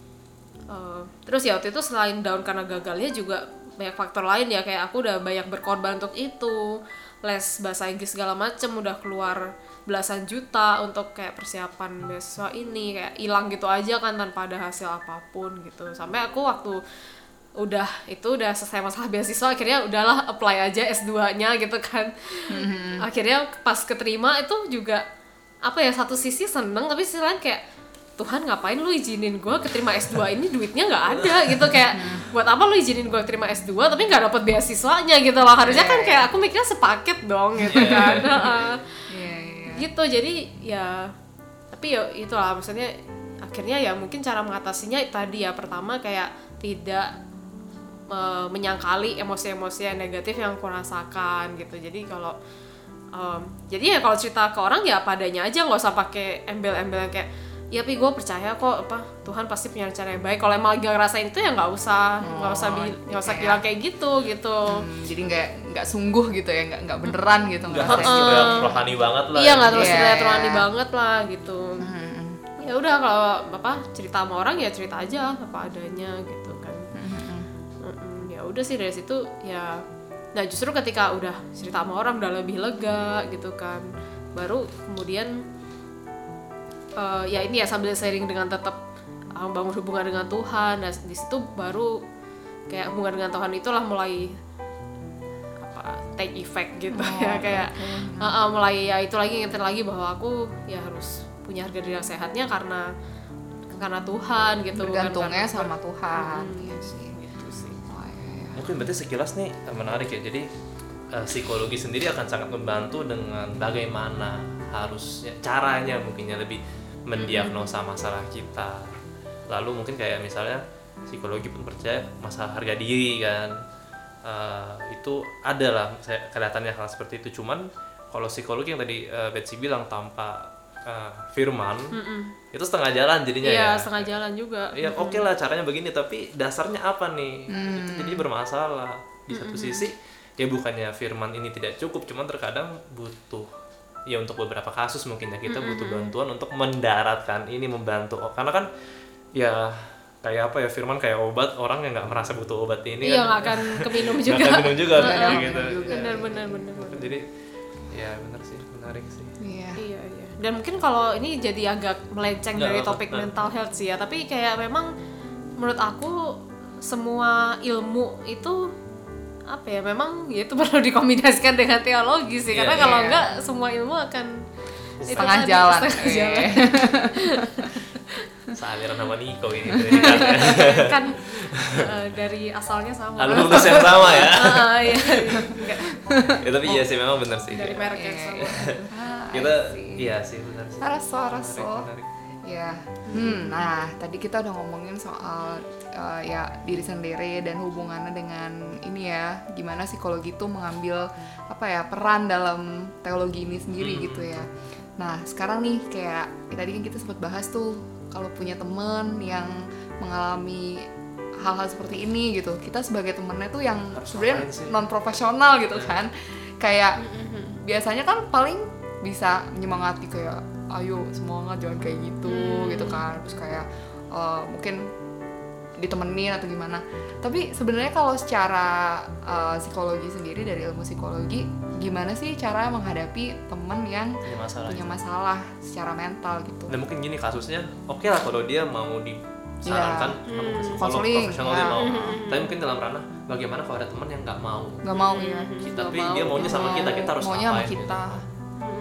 uh, terus ya waktu itu selain down karena gagalnya juga banyak faktor lain ya, kayak aku udah banyak berkorban untuk itu, les bahasa Inggris segala macem udah keluar belasan juta untuk kayak persiapan beasiswa ini, kayak hilang gitu aja kan tanpa ada hasil apapun gitu. Sampai aku waktu udah itu udah selesai masalah beasiswa, akhirnya udahlah apply aja S dua nya gitu kan. Mm-hmm. Akhirnya pas keterima itu juga apa ya, satu sisi seneng tapi sisi lain kayak Tuhan ngapain lu izinin gue keterima S dua ini, duitnya nggak ada gitu, kayak buat apa lu izinin gue keterima S dua tapi nggak dapet beasiswanya gitu loh. Harusnya kan kayak aku mikirnya sepaket dong gitu kan. Iya, iya. Gitu, jadi ya tapi ya itulah maksudnya akhirnya ya mungkin cara mengatasinya tadi ya, pertama kayak tidak uh, menyangkali emosi-emosi yang negatif yang aku rasakan gitu. Jadi kalau um, jadi ya kalau cerita ke orang ya padanya aja, nggak usah pakai embel-embel yang kayak ya tapi gue percaya kok apa Tuhan pasti punya rencana yang baik. Kalau emang lagi ngerasain itu ya nggak usah nggak Oh, usah bi- nggak usah kayak- bilang kayak gitu gitu. Hmm, jadi nggak nggak sungguh gitu ya, nggak nggak beneran gitu Nggak ngerasain. harus terlihat rohani banget lah. Iya, nggak ya. terus Iya, terlihat iya. rohani banget lah gitu. Hmm, Ya udah kalau apa cerita sama orang ya cerita aja apa adanya gitu kan. Mm-mm, ya udah sih dari situ ya. Nah justru ketika udah cerita sama orang udah lebih lega gitu kan, baru kemudian uh, ya ini ya sambil sharing dengan tetap uh, bangun hubungan dengan Tuhan. Nah di situ baru kayak hubungan dengan Tuhan itulah mulai apa take effect gitu ya, kayak uh, uh, mulai ya itu lagi ngingetin lagi bahwa aku ya harus punya harga diri yang sehatnya karena karena Tuhan gitu. bergantungnya kan, karena- sama Tuhan. Hmm. Iya sih. gitu sih. Oh, iya, iya. Mungkin berarti sekilas nih eh, menarik ya. Jadi eh, psikologi sendiri akan sangat membantu dengan bagaimana harusnya caranya mungkinnya lebih mendiagnosa masalah kita. Lalu mungkin kayak misalnya psikologi pun percaya masalah harga diri kan. Eh, itu ada lah saya kelihatannya hal seperti itu. Cuman kalau psikologi yang tadi eh, Betsy bilang tanpa eh, firman, Mm-mm. itu setengah jalan jadinya Iya, ya. setengah jalan juga. Iya oke lah caranya begini, tapi dasarnya apa nih? Itu jadi bermasalah. Di satu sisi ya bukannya firman ini tidak cukup, cuman terkadang butuh ya untuk beberapa kasus mungkin ya kita butuh bantuan untuk mendaratkan ini, membantu. Karena kan ya kayak apa ya, firman kayak obat, orang yang nggak merasa butuh obat ini Iya, kan nggak akan keminum nggak juga. akan minum juga kan, Nggak kayak akan gitu. minum juga. Benar, benar, benar. benar. Jadi ya benar sih, menarik sih. Iya. Iya, iya. Dan mungkin kalau ini jadi agak melenceng Nggak dari apa-apa. topik mental health sih ya, tapi kayak memang menurut aku semua ilmu itu apa ya, memang ya itu perlu dikombinasikan dengan teologi sih. Iya, Karena kalau iya. enggak semua ilmu akan itu Setengah tadi, jalan. setengah Iya. jalan. Sealiran sama Niko ini. Kan eh, dari asalnya sama. Alumnus yang sama ya. Ah, iya, iya. Enggak, Ya tapi iya sih memang benar sih. dari merek yang Iya, sama. iya. Ah, Kita I see. iya sih benar sih. Raso, raso. Menarik, menarik. Ya, hmm, nah tadi kita udah ngomongin soal uh, ya diri sendiri dan hubungannya dengan ini ya, gimana psikologi itu mengambil apa ya peran dalam teologi ini sendiri Hmm. gitu ya. Nah sekarang nih kayak ya, tadi kan kita sempat bahas tuh kalau punya temen yang mengalami hal-hal seperti ini gitu, kita sebagai temennya tuh yang Harus sebenarnya ngapain sih? non profesional gitu kan, kayak biasanya kan paling bisa menyemangati kayak ayo semangat jangan kayak gitu Hmm. gitu kan, terus kayak uh, mungkin ditemenin atau gimana. Tapi sebenarnya kalau secara uh, psikologi sendiri, dari ilmu psikologi, gimana sih cara menghadapi teman yang Punya masalah. punya masalah secara mental gitu? Dan mungkin gini kasusnya, oke lah kalau dia mau disarankan Iya. sama Hmm. psikolog Konseling, profesional ya. dia mau. Tapi mungkin dalam ranah bagaimana kalau ada teman yang nggak mau, Nggak mau ya? Hmm. tapi Nggak dia mau, maunya nggak sama mau. kita, kita harus maunya sama ngapain kita. gitu.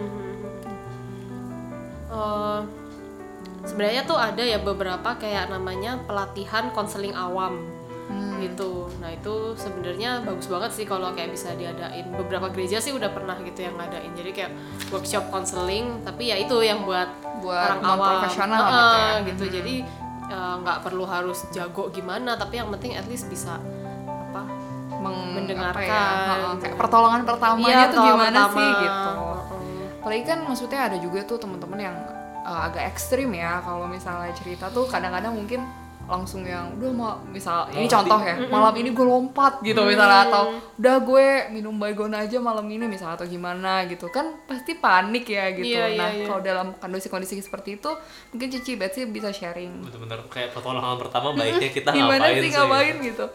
Eh, sebenarnya tuh ada ya beberapa kayak namanya pelatihan konseling awam. Hmm. gitu. Nah itu sebenarnya bagus banget sih kalau kayak bisa diadain. Beberapa gereja sih udah pernah gitu yang ngadain. Jadi kayak workshop counseling, tapi ya itu yang buat, Buat orang awam non-profesional uh, gitu ya. gitu. Jadi nggak uh, perlu harus jago gimana, tapi yang penting at least bisa apa Meng, mendengarkan. Apa ya, uh, kayak pertolongan pertamanya Iya, tuh gimana pertama. sih gitu. Uh-uh. Apalagi kan maksudnya ada juga tuh teman-teman yang uh, agak ekstrim ya, kalau misalnya cerita tuh kadang-kadang mungkin langsung yang udah mau misal ini contoh ya, malam ini gue lompat gitu misalnya, atau udah gue minum baygon aja malam ini misalnya, atau gimana gitu kan, pasti panik ya gitu. Iya, Nah iya, iya. kalau dalam kondisi-kondisi seperti itu mungkin Cici Betsy bisa sharing Bener-bener kayak pertolongan pertama baiknya kita gimana ngapain sih sih ngapain gitu. gitu.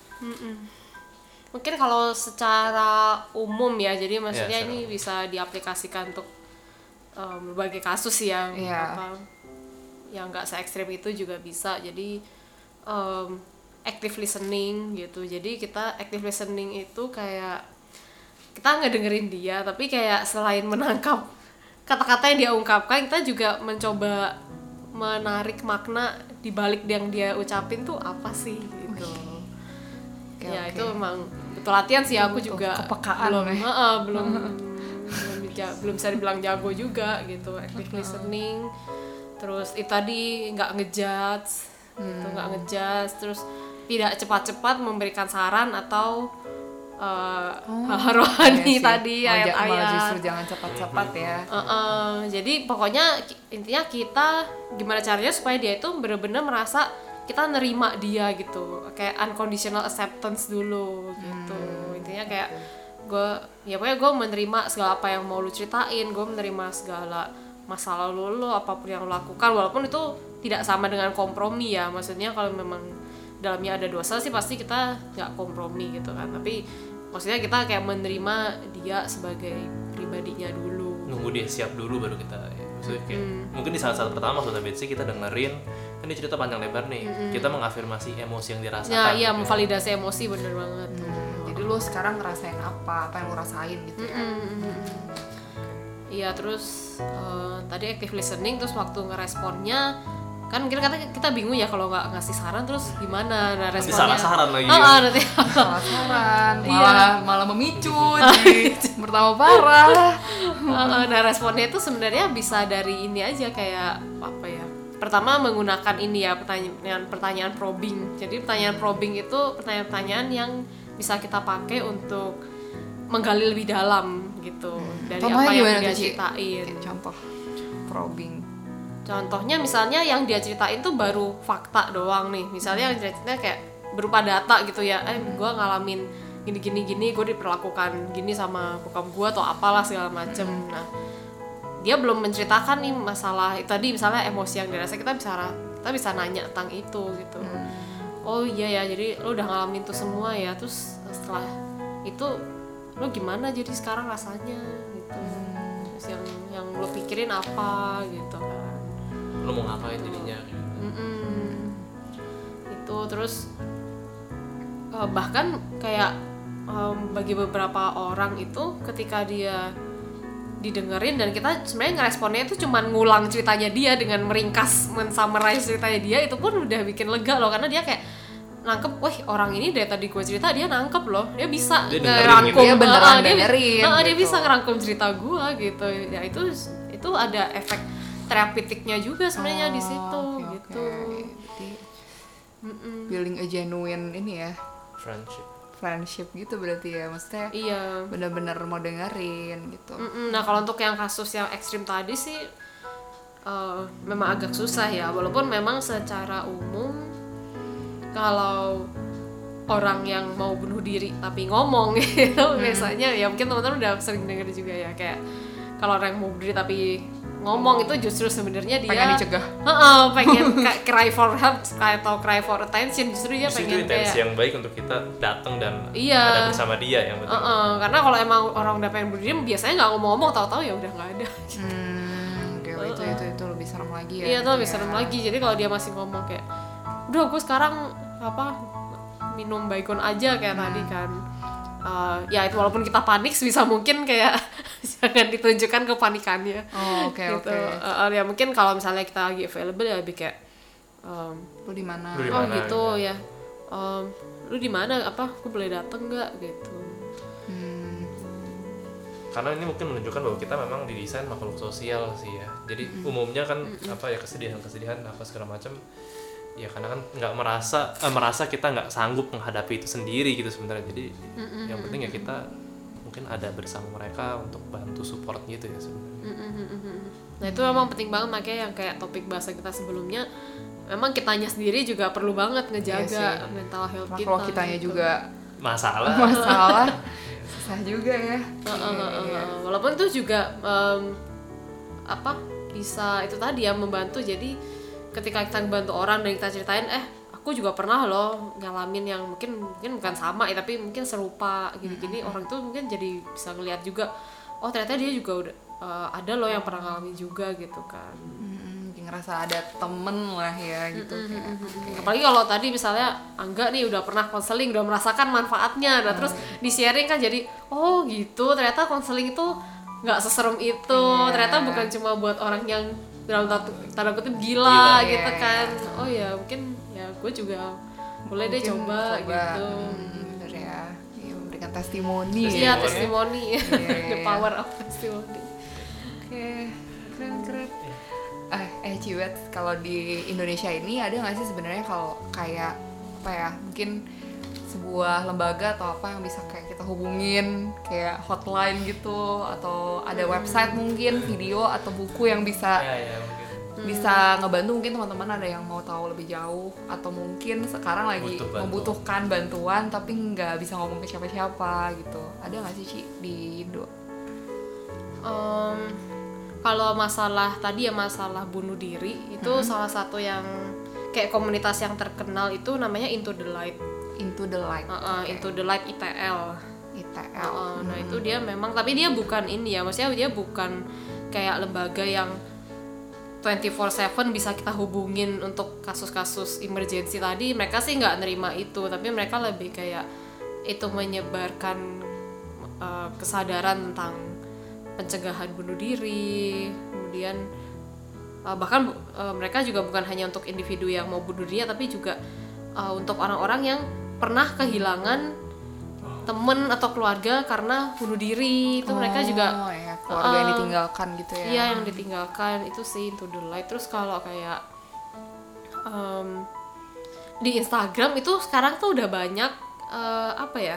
Mungkin kalau secara umum ya, jadi maksudnya Ya, ini bisa diaplikasikan untuk um, berbagai kasus yang Iya. apa yang nggak se-ekstrim itu juga bisa. Jadi um, active listening gitu. Jadi kita active listening itu kayak kita nggak dengerin dia, tapi kayak selain menangkap kata-kata yang dia ungkapkan, kita juga mencoba menarik makna di balik yang dia ucapin tuh apa sih gitu. Oke, Ya oke. itu memang betul latihan sih, aku Butuh juga kepekaan belum ya. heeh, belum belum, ja- belum bisa dibilang jago juga gitu. Active listening, terus itu tadi nggak ngejudge gitu, nggak ngejudge, terus tidak cepat-cepat memberikan saran atau uh, hal rohani Iya sih. tadi Malah ja- malah ayat-ayat. justru jangan cepat-cepat ya. Uh-uh. Jadi pokoknya ki- intinya kita gimana caranya supaya dia itu benar-benar merasa kita nerima dia gitu, kayak unconditional acceptance dulu gitu. Intinya kayak gue, ya pokoknya gue menerima segala apa yang mau lu ceritain, gue menerima segala masa lalu lo, apapun yang lo lakukan, walaupun itu tidak sama dengan kompromi ya. Maksudnya kalau memang dalamnya ada dosa sih pasti kita nggak kompromi gitu kan, tapi maksudnya kita kayak menerima dia sebagai pribadinya dulu. Nunggu dia siap dulu baru kita ya. Maksudnya kayak mungkin di saat-saat pertama Sobat Betsy kita dengerin kan dia cerita panjang lebar nih, kita mengafirmasi emosi yang dirasakan. Ya iya, gitu. memvalidasi emosi, bener banget. Hmm, jadi lu sekarang ngerasain apa, apa yang lu rasain gitu ya. Iya, terus eh, tadi active listening, terus waktu ngeresponnya kan mungkin kata kita bingung ya kalau nggak ngasih saran terus gimana. Nah, Nanti responnya salah saran lagi. Ah, ah, nanti Salah saran, Iya. malah malah memicu jadi pertama parah. Uh, nah responnya itu sebenarnya bisa dari ini aja, kayak apa ya, pertama menggunakan ini ya, pertanyaan pertanyaan probing. Jadi pertanyaan probing itu pertanyaan-pertanyaan yang bisa kita pakai untuk menggali lebih dalam gitu dari Contohnya apa yang gimana dia tuh, Ci? ceritain. Kayak contoh probing. Contohnya misalnya yang dia ceritain tuh baru fakta doang nih, misalnya yang dia ceritain kayak berupa data gitu ya, eh gue ngalamin gini gini gini, gue diperlakukan gini sama bokap gue atau apalah segala macem. Nah dia belum menceritakan nih masalah itu tadi, misalnya emosi yang dirasa, kita bisa kita bisa nanya tentang itu gitu. Oh iya ya, jadi lo udah ngalamin tuh semua ya, terus setelah itu lo gimana jadi sekarang rasanya gitu. Terus yang yang lo pikirin apa gitu kan. Lo mau ngapain jadinya? Mm-mm. Itu terus uh, bahkan kayak um, bagi beberapa orang itu ketika dia didengerin dan kita sebenarnya ngeresponnya itu cuman ngulang ceritanya dia dengan meringkas, men-summarize ceritanya dia, itu pun udah bikin lega loh, karena dia kayak nangkep, wah orang ini dari tadi gue cerita dia nangkep loh, dia bisa Dia dengerin ngerangkum, gitu. Dia beneran uh, dia, dengerin uh, dia gitu. bisa ngerangkum cerita gue gitu ya. Itu itu ada efek terapeutiknya juga sebenarnya di situ Oh, oke, gitu. oke. Jadi, building a genuine ini ya, Friendship. friendship gitu berarti ya, maksudnya Iya. bener-bener mau dengerin gitu. Mm-mm. Nah kalau untuk yang kasus yang ekstrim tadi sih uh, memang agak susah ya, walaupun memang secara umum kalau orang yang mau bunuh diri tapi ngomong gitu biasanya ya, mungkin teman-teman udah sering denger juga ya, kayak kalau orang yang mau bunuh diri tapi ngomong itu justru sebenarnya dia Pengen dicegah. Heeh, pengen kayak cry for help atau cry for attention, justru dia Justru itu pengen intensi kayak yang baik untuk kita datang dan Iya. ada bersama dia yang penting. Heeh, karena kalau emang orang udah pengen bunuh diri biasanya nggak ngomong-ngomong, tahu-tahu ya udah nggak ada. Hmm, oke, itu itu itu lebih serem lagi ya. Iya tuh lebih Ya. serem lagi. Jadi kalau dia masih ngomong kayak, udah gue sekarang apa minum baygon aja kayak tadi kan, uh, ya itu walaupun kita panik sebisa mungkin kayak jangan ditunjukkan kepanikannya. Oh, oke gitu. oke. Uh, uh, ya mungkin kalau misalnya kita lagi available ya lebih kayak, um, Lu di mana? Lu di oh mana, gitu ya, um, lu di mana, apa aku boleh datang nggak gitu. Hmm. Karena ini mungkin menunjukkan bahwa kita memang didesain makhluk sosial sih ya. Jadi mm. umumnya kan mm-mm. apa ya kesedihan-kesedihan apa segala macam ya karena kan nggak merasa eh, merasa kita nggak sanggup menghadapi itu sendiri gitu sebenarnya. Jadi mm-mm. yang penting ya kita mungkin ada bersama mereka untuk bantu support gitu ya sebenarnya. Nah itu memang penting banget, makanya yang kayak topik bahasa kita sebelumnya memang kitanya sendiri juga perlu banget ngejaga iya mental health kita. Kalau kitanya gitu. Juga masalah masalah susah juga ya. Uh, uh, uh, uh, uh. Walaupun itu juga um, apa bisa itu tadi ya membantu. Jadi ketika kita bantu orang dan kita ceritain, eh aku juga pernah loh ngalamin yang mungkin mungkin bukan sama ya tapi mungkin serupa gitu. Jadi mm-hmm. orang tuh mungkin jadi bisa ngeliat juga, oh ternyata dia juga udah uh, ada loh yang pernah ngalamin juga gitu kan. Mm-hmm. Ngerasa ada temen lah ya gitu. Mm-hmm. Kayak, okay. Apalagi kalau tadi misalnya Angga nih udah pernah konseling, udah merasakan manfaatnya, nah mm. terus di sharing kan jadi oh gitu ternyata konseling itu nggak seserem itu, yeah. ternyata bukan cuma buat orang yang dalam tanda kutip gila, gila gitu yeah, kan. Yeah. Oh ya mungkin ya gue juga boleh deh coba, coba gitu. Hmm, bener ya. Ya memberikan testimoni. Iya testimoni. Yeah, the power of testimoni. Oke, okay. keren-keren. Eh, eh Ciwet, kalau di Indonesia ini ada nggak sih sebenarnya kalau kayak apa ya, mungkin sebuah lembaga atau apa yang bisa kayak kita hubungin, kayak hotline gitu, atau ada hmm. website mungkin, video atau buku yang bisa ya, ya, mungkin. bisa ngebantu mungkin teman-teman ada yang mau tahu lebih jauh, atau mungkin sekarang lagi Butuh membutuhkan bantuan tapi nggak bisa ngomong ke siapa-siapa gitu. Ada nggak sih Ci di Indo? Um, Kalau masalah tadi ya masalah bunuh diri itu mm-hmm. salah satu yang kayak komunitas yang terkenal itu namanya Into the Light. Into the Light. Uh-uh, okay. Into the Light I T L. I T L. Uh-uh, mm-hmm. Nah itu dia memang, tapi dia bukan ini ya, maksudnya dia bukan kayak lembaga yang twenty-four seven bisa kita hubungin untuk kasus-kasus emergency tadi. Mereka sih nggak nerima itu, tapi mereka lebih kayak itu menyebarkan uh, kesadaran tentang pencegahan bunuh diri, kemudian uh, bahkan uh, mereka juga bukan hanya untuk individu yang mau bunuh diri, tapi juga uh, untuk orang-orang yang pernah kehilangan temen atau keluarga karena bunuh diri. Itu oh, mereka juga ya, keluarga uh, yang ditinggalkan gitu ya. Iya yang ditinggalkan itu sih Into the Light. Terus kalau kayak um, di Instagram itu sekarang tuh udah banyak uh, apa ya,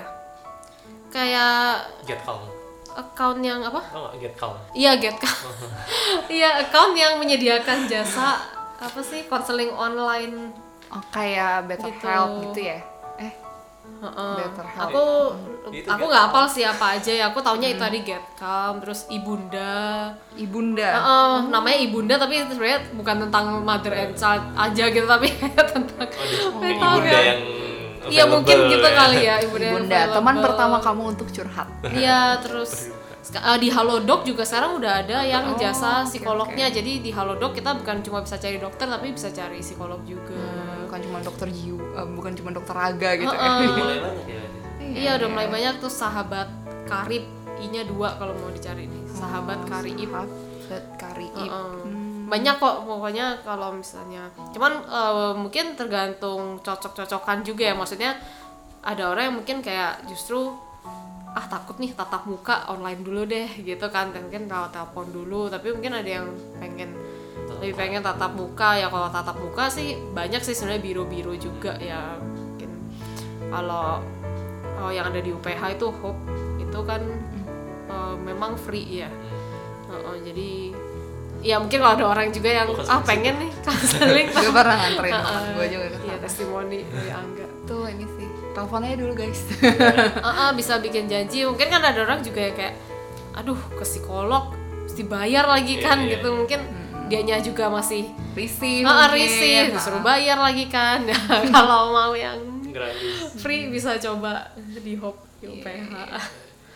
kayak Get Calm. Account yang apa? Oh, Get Calm. Iya, Get Calm. Iya, account yang menyediakan jasa apa sih? Konseling online. Oh, kayak Better gitu. Help gitu ya? Eh. Uh-uh. Better Help. Aku itu aku nggak hafal sih apa aja ya. Aku taunya hmm. itu tadi Get Calm, terus Ibunda. Ibunda. Uh-uh, namanya Ibunda tapi sebenarnya bukan tentang mother and child aja gitu, tapi kayak tentang oh, Ibunda yang iya mungkin gitu ya. Kali ya Ibunda, Ibunda teman pertama kamu untuk curhat. Iya terus uh, di Halodoc juga sekarang udah ada yang oh, jasa psikolognya. okay, okay. Jadi di Halodoc kita bukan cuma bisa cari dokter tapi bisa cari psikolog juga. Hmm, bukan cuma dokter jiwa, uh, bukan cuma dokter raga gitu. Uh-uh. Udah mulai banyak ya. Iya udah mulai banyak tuh sahabat karib, I-nya dua kalau mau dicari nih. Sahabat oh, karib. Sahabat karib. Uh-uh. Hmm. Banyak kok pokoknya kalau misalnya. Cuman uh, mungkin tergantung cocok-cocokan juga ya. Maksudnya ada orang yang mungkin kayak justru ah takut nih tatap muka, online dulu deh gitu kan. Mungkin kalau telepon dulu, tapi mungkin ada yang pengen lebih pengen tatap muka ya. Kalau tatap muka sih banyak sih sebenarnya biro-biro juga ya. Mungkin kalau oh, yang ada di U P H itu Hope itu kan uh, memang free ya. Uh, uh, jadi ya mungkin kalau ada orang juga yang ah pengen nih counseling. Gue pernah nganterin teman gue juga ke sana. Iya testimoni dari Angga. Tuh ini sih teleponnya dulu guys. uh, uh, bisa bikin janji. Mungkin kan ada orang juga ya kayak aduh ke psikolog mesti bayar lagi kan yeah, gitu. Mungkin hmm. dianya juga masih risih. Uh, risih disuruh bayar lagi kan. Kalau mau yang gratis free bisa coba di Hope U P H. Yeah.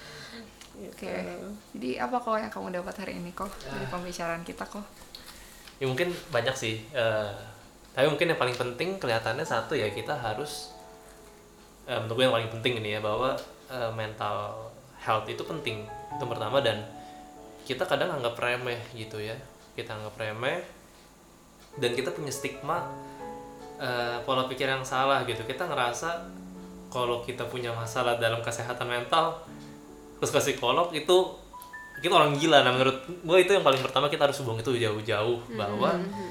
Oke, okay. Jadi apa kok yang kamu dapat hari ini kok dari pembicaraan kita kok? Ya mungkin banyak sih, uh, tapi mungkin yang paling penting kelihatannya satu ya kita harus, uh, menurut gue yang paling penting ini ya bahwa uh, mental health itu penting itu pertama, dan kita kadang anggap remeh gitu ya, kita anggap remeh dan kita punya stigma, uh, pola pikir yang salah gitu. Kita ngerasa kalau kita punya masalah dalam kesehatan mental terus ke psikolog itu kita orang gila. Nah menurut gue itu yang paling pertama kita harus buang itu jauh-jauh. Bahwa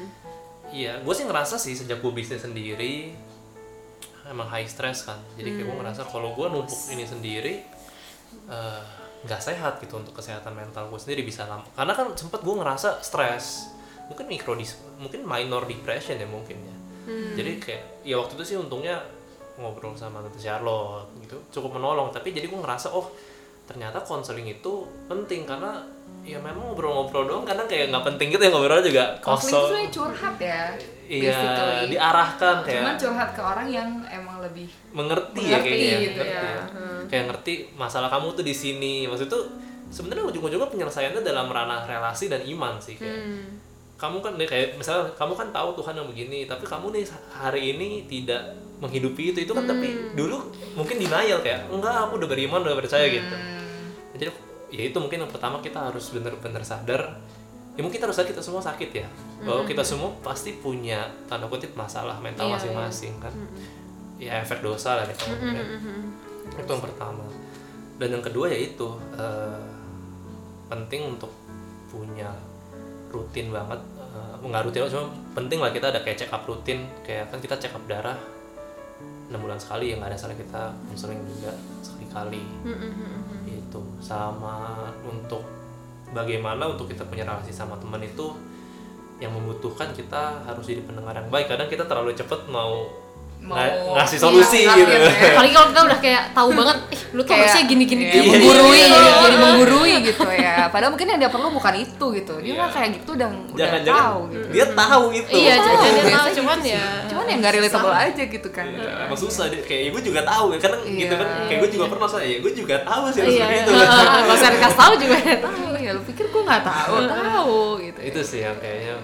iya gue sih ngerasa sih sejak gue bisnis sendiri emang high stress kan, jadi kayak gue ngerasa kalau gue numpuk ini sendiri nggak uh, sehat gitu untuk kesehatan mental gue sendiri bisa lama. Karena kan sempet gue ngerasa stres, mungkin micro dis, mungkin minor depression ya mungkin ya. Hmm. Jadi kayak ya waktu itu sih untungnya ngobrol sama Tante Charlotte gitu cukup menolong. Tapi jadi gue ngerasa oh ternyata konseling itu penting karena ya memang ngobrol-ngobrol doang kadang kayak nggak penting gitu ya, ngobrol juga kosong. Konseling itu curhat ya. Iya, diarahkan kayak. Cuman curhat ke orang yang emang lebih mengerti, mengerti ya kayaknya. Gitu ngerti ya. Hmm. Kayak ngerti masalah kamu tuh di sini. Maksud itu sebenarnya ujung-ujungnya penyelesaiannya dalam ranah relasi dan iman sih kayak. Hmm. Kamu kan nih kayak misalnya kamu kan tahu Tuhan yang begini, tapi kamu nih hari ini tidak menghidupi itu itu kan hmm. tapi dulu mungkin denial kayak enggak aku udah beriman udah percaya hmm. gitu. Jadi ya itu mungkin yang pertama kita harus benar-benar sadar. Ya mungkin kita harus sadar kita semua sakit ya. Bahwa kita semua pasti punya tanda kutip masalah mental yeah, masing-masing yeah. kan. Mm-hmm. Ya efek dosa lah nih kalau mm-hmm. itu yang pertama. Dan yang kedua yaitu uh, penting untuk punya rutin banget, uh, nggak rutin cuma penting lah kita ada kayak check up rutin, kayak kan kita check up darah enam bulan sekali ya, nggak ada salah kita konseling juga sekali-kali. Mm-hmm. Itu sama untuk bagaimana untuk kita punya relasi sama teman itu yang membutuhkan kita harus jadi pendengar yang baik. Kadang kita terlalu cepet mau, mau ng- ngasih solusi iya, gitu. Ya. Apalagi kalau kita udah kayak tahu banget, eh lu tuh harusnya gini-gini iya, gitu. Menggurui, iya, jadi, jadi menggurui gitu ya. Padahal mungkin yang dia perlu bukan itu gitu. Dia mah iya. kayak gitu udah udah tahu gitu. Dia tahu itu. Iya, jadi dia tahu cuman gitu ya. Cuman yang enggak relatable aja gitu kan. Iya, emang susah deh. Kayak gue juga tahu kan. Kadang iya. gitu kan. Kayak gue juga pernah saya, ya gue juga tahu sih harus iya, begitu. Kalau saya dikasih tahu juga ya tahu. Ya lu pikir gue enggak tahu, tahu gitu. Itu sih yang kayaknya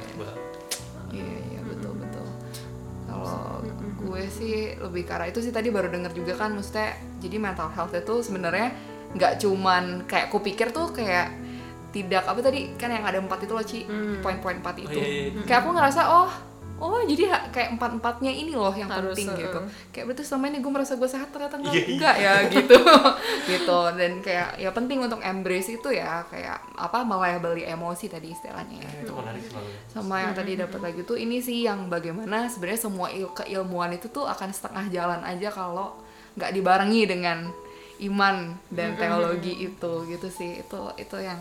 gue sih lebih ke arah itu sih. Tadi baru denger juga kan, maksudnya jadi mental health itu sebenarnya nggak cuman kayak aku pikir tuh kayak tidak apa tadi kan yang ada empat itu loh Ci, hmm. poin-poin empat itu. Oh, iya, iya. Kayak aku ngerasa oh oh jadi ha, kayak empat-empatnya ini loh yang harus, penting uh, gitu. Kayak berarti selama ini gue merasa gue sehat ternyata enggak, yeah. enggak ya gitu. gitu. Dan kayak ya penting untuk embrace itu ya, kayak apa melabeli emosi tadi istilahnya. Eh, itu menarik sekali. Sama yang tadi dapat lagi tuh ini sih yang bagaimana sebenarnya semua il- keilmuan itu tuh akan setengah jalan aja kalau nggak dibarengi dengan iman dan teologi itu gitu sih. Itu itu yang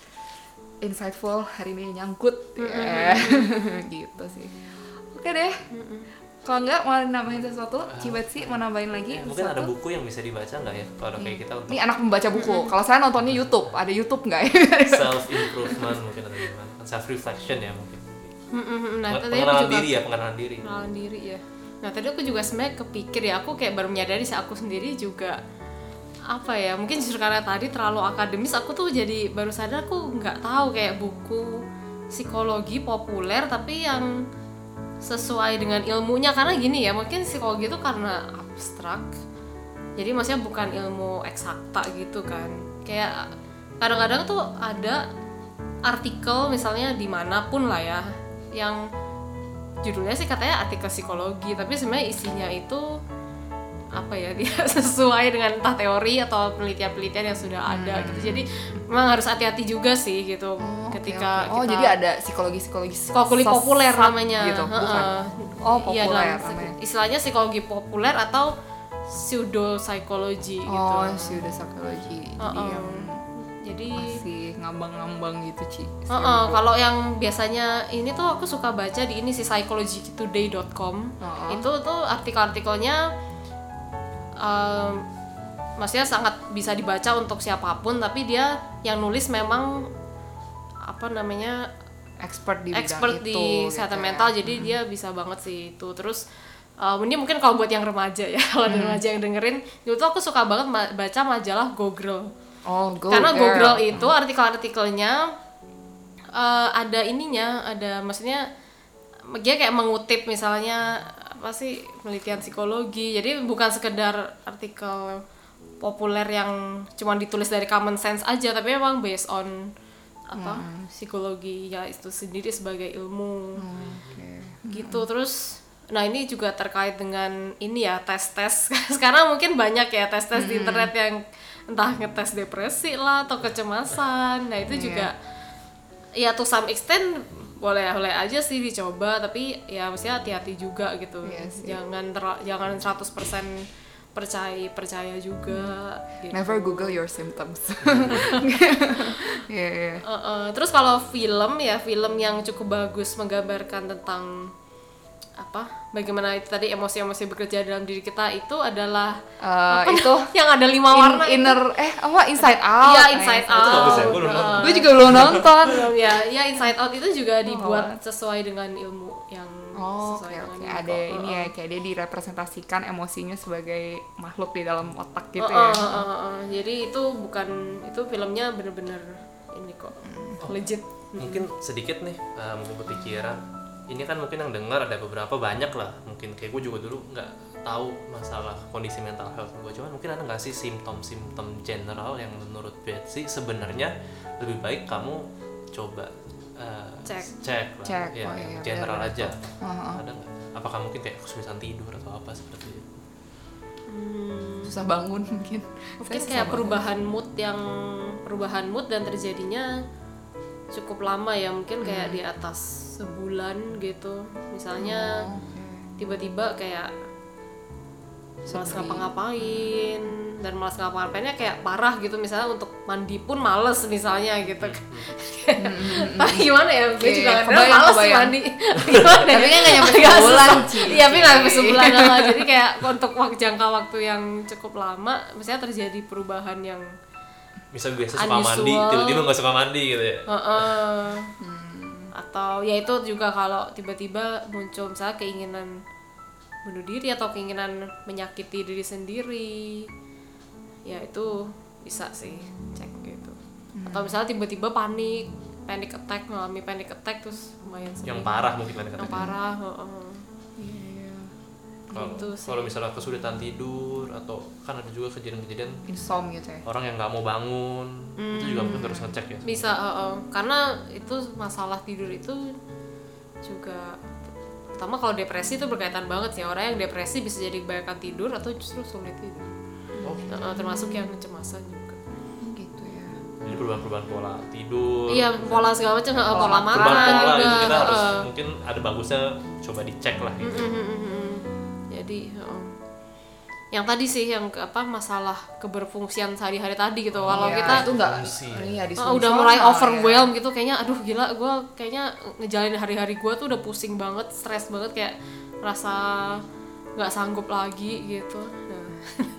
insightful hari ini nyangkut ya. gitu sih. Oke deh. Kalau enggak mau nambahin sesuatu, Cibet sih mau nambahin lagi. Ya, mungkin ada buku yang bisa dibaca nggak ya kalau kayak kita untuk. Ini anak membaca buku. Mm-hmm. Kalau saya nontonnya YouTube, ada YouTube nggak ya? Self improvement mungkin atau gimana? Self reflection ya mungkin. Mm-hmm. Nah, pengenalan juga, diri ya, pengenalan diri. Pengenalan diri ya. Nah tadi aku juga sebenarnya kepikir ya, aku kayak baru menyadari sih aku sendiri juga apa ya, mungkin justru karena tadi terlalu akademis aku tuh jadi baru sadar aku nggak tahu kayak buku psikologi populer tapi yang sesuai dengan ilmunya. Karena gini ya, mungkin psikologi itu karena abstrak, jadi maksudnya bukan ilmu eksakta gitu kan. Kayak kadang-kadang tuh ada artikel misalnya dimanapun lah ya yang judulnya sih katanya artikel psikologi, tapi sebenarnya isinya itu apa ya, dia sesuai dengan entah teori atau penelitian-penelitian yang sudah ada hmm. gitu. Jadi memang harus hati-hati juga sih gitu oh, ketika okay, okay. Oh kita, jadi ada psikologi-psikologi psikologi populer namanya gitu, bukan? Oh populer ya, namanya. Istilahnya psikologi populer atau pseudo psychology oh, gitu. Oh pseudo psychology. Jadi uh-uh. yang jadi masih ngambang-ngambang gitu Ci. Uh-uh, kalau yang biasanya ini tuh aku suka baca di ini sih psychology today dot com. Uh-uh. Itu tuh artikel-artikelnya um, maksudnya sangat bisa dibaca untuk siapapun, tapi dia yang nulis memang apa namanya expert di bidang expert itu, di kesehatan gitu mental ya. Jadi hmm. dia bisa banget sih itu. Terus um, ini mungkin kalau buat yang remaja ya, kalau hmm. remaja yang dengerin itu aku suka banget ma- baca majalah Go Girl. Oh, Go karena Girl. Go Girl itu artikel-artikelnya uh, ada ininya, ada maksudnya dia kayak mengutip misalnya apa sih penelitian psikologi. Jadi bukan sekedar artikel populer yang cuma ditulis dari common sense aja, tapi memang based on apa hmm. psikologi ya itu sendiri sebagai ilmu. Hmm, okay. Gitu. Terus Nah ini juga terkait dengan ini ya, tes-tes. Sekarang mungkin banyak ya tes-tes hmm. di internet yang entah ngetes depresi lah atau kecemasan. Nah itu yeah. juga ya to some extent boleh-boleh aja sih dicoba, tapi ya mesti hati-hati juga gitu. Yes, jangan ter- jangan seratus persen percaya percaya juga gitu. Never Google your symptoms. yeah, yeah. Uh, uh, terus kalau film ya, film yang cukup bagus menggambarkan tentang apa bagaimana itu tadi emosi-emosi bekerja dalam diri kita itu adalah uh, apa itu yang ada lima in, warna inner itu. eh apa Inside Out. Iya Inside eh, Out. Itu ya, gue uh, gue juga belum nonton. ya ya Inside Out itu juga dibuat sesuai dengan ilmu yang oh, sesuai okay, dengan okay. ilmu. Ada uh, ini ya kayak dia direpresentasikan emosinya sebagai makhluk di dalam otak gitu uh, ya. uh, uh, uh, uh. Jadi itu bukan itu filmnya bener-bener ini kok oh, legit. Mungkin sedikit nih uh, mau berpikiran. Ini kan mungkin yang dengar ada beberapa banyak lah, mungkin kayak gue juga dulu nggak tahu masalah kondisi mental health gue, cuman mungkin ada nggak sih simptom-simptom general yang menurut Betsy sebenarnya lebih baik kamu coba uh, cek cek lah, cek. ya Oh, iya, general bener. aja. Uh-huh. Ada nggak? Apakah mungkin kayak kesulitan tidur atau apa seperti itu? Hmm. Susah bangun mungkin. Mungkin Saya kayak perubahan bangun. mood yang perubahan mood dan terjadinya cukup lama ya, mungkin kayak hmm. di atas sebulan gitu misalnya. Oh, okay. Tiba-tiba kayak malas ngapa-ngapain dan malas ngapa-ngapainnya kayak parah gitu, misalnya untuk mandi pun males misalnya gitu. Mm-hmm. Ah, gimana ya, gue okay, juga kadang males kebayang. mandi gimana tapi ya? kan gak nyampe sebulan sih. Iya tapi gak nyampe sebulan lah. Jadi kayak untuk jangka waktu yang cukup lama misalnya terjadi perubahan yang misal biasa suka mandi tiba-tiba gak suka mandi gitu ya. Uh-uh. hmm. Atau ya itu juga kalau tiba-tiba muncul misalnya keinginan bunuh diri atau keinginan menyakiti diri sendiri, ya itu bisa sih cek gitu. hmm. Atau misalnya tiba-tiba panik panic attack, mengalami panic attack terus lumayan sering. Yang parah mungkin panic attack. Yang parah, uh-uh. Kalau, kalau misalnya kesulitan tidur atau kan ada juga kejadian-kejadian insomnia gitu ya, orang yang nggak mau bangun, hmm. itu juga mungkin terus ngecek ya. Bisa, uh, uh. karena itu masalah tidur itu juga pertama kalau depresi itu berkaitan banget sih. Orang yang depresi bisa jadi kebanyakan tidur atau justru sulit tidur. Oh. Uh, termasuk yang kecemasan juga. Gitu ya. Jadi perubahan-perubahan pola tidur. Iya, pola segala macam, pola, pola makan pola juga. Itu kita harus uh. mungkin ada bagusnya coba dicek lah gitu. Mm-hmm. Jadi uh, yang tadi sih yang apa masalah keberfungsian sehari-hari tadi gitu. Kalau ya, kita itu enggak iya, uh, udah mulai overwhelm ya. Gitu kayaknya aduh gila gue kayaknya ngejalanin hari-hari gue tuh udah pusing banget, stres banget, kayak rasa nggak sanggup lagi gitu. Nah.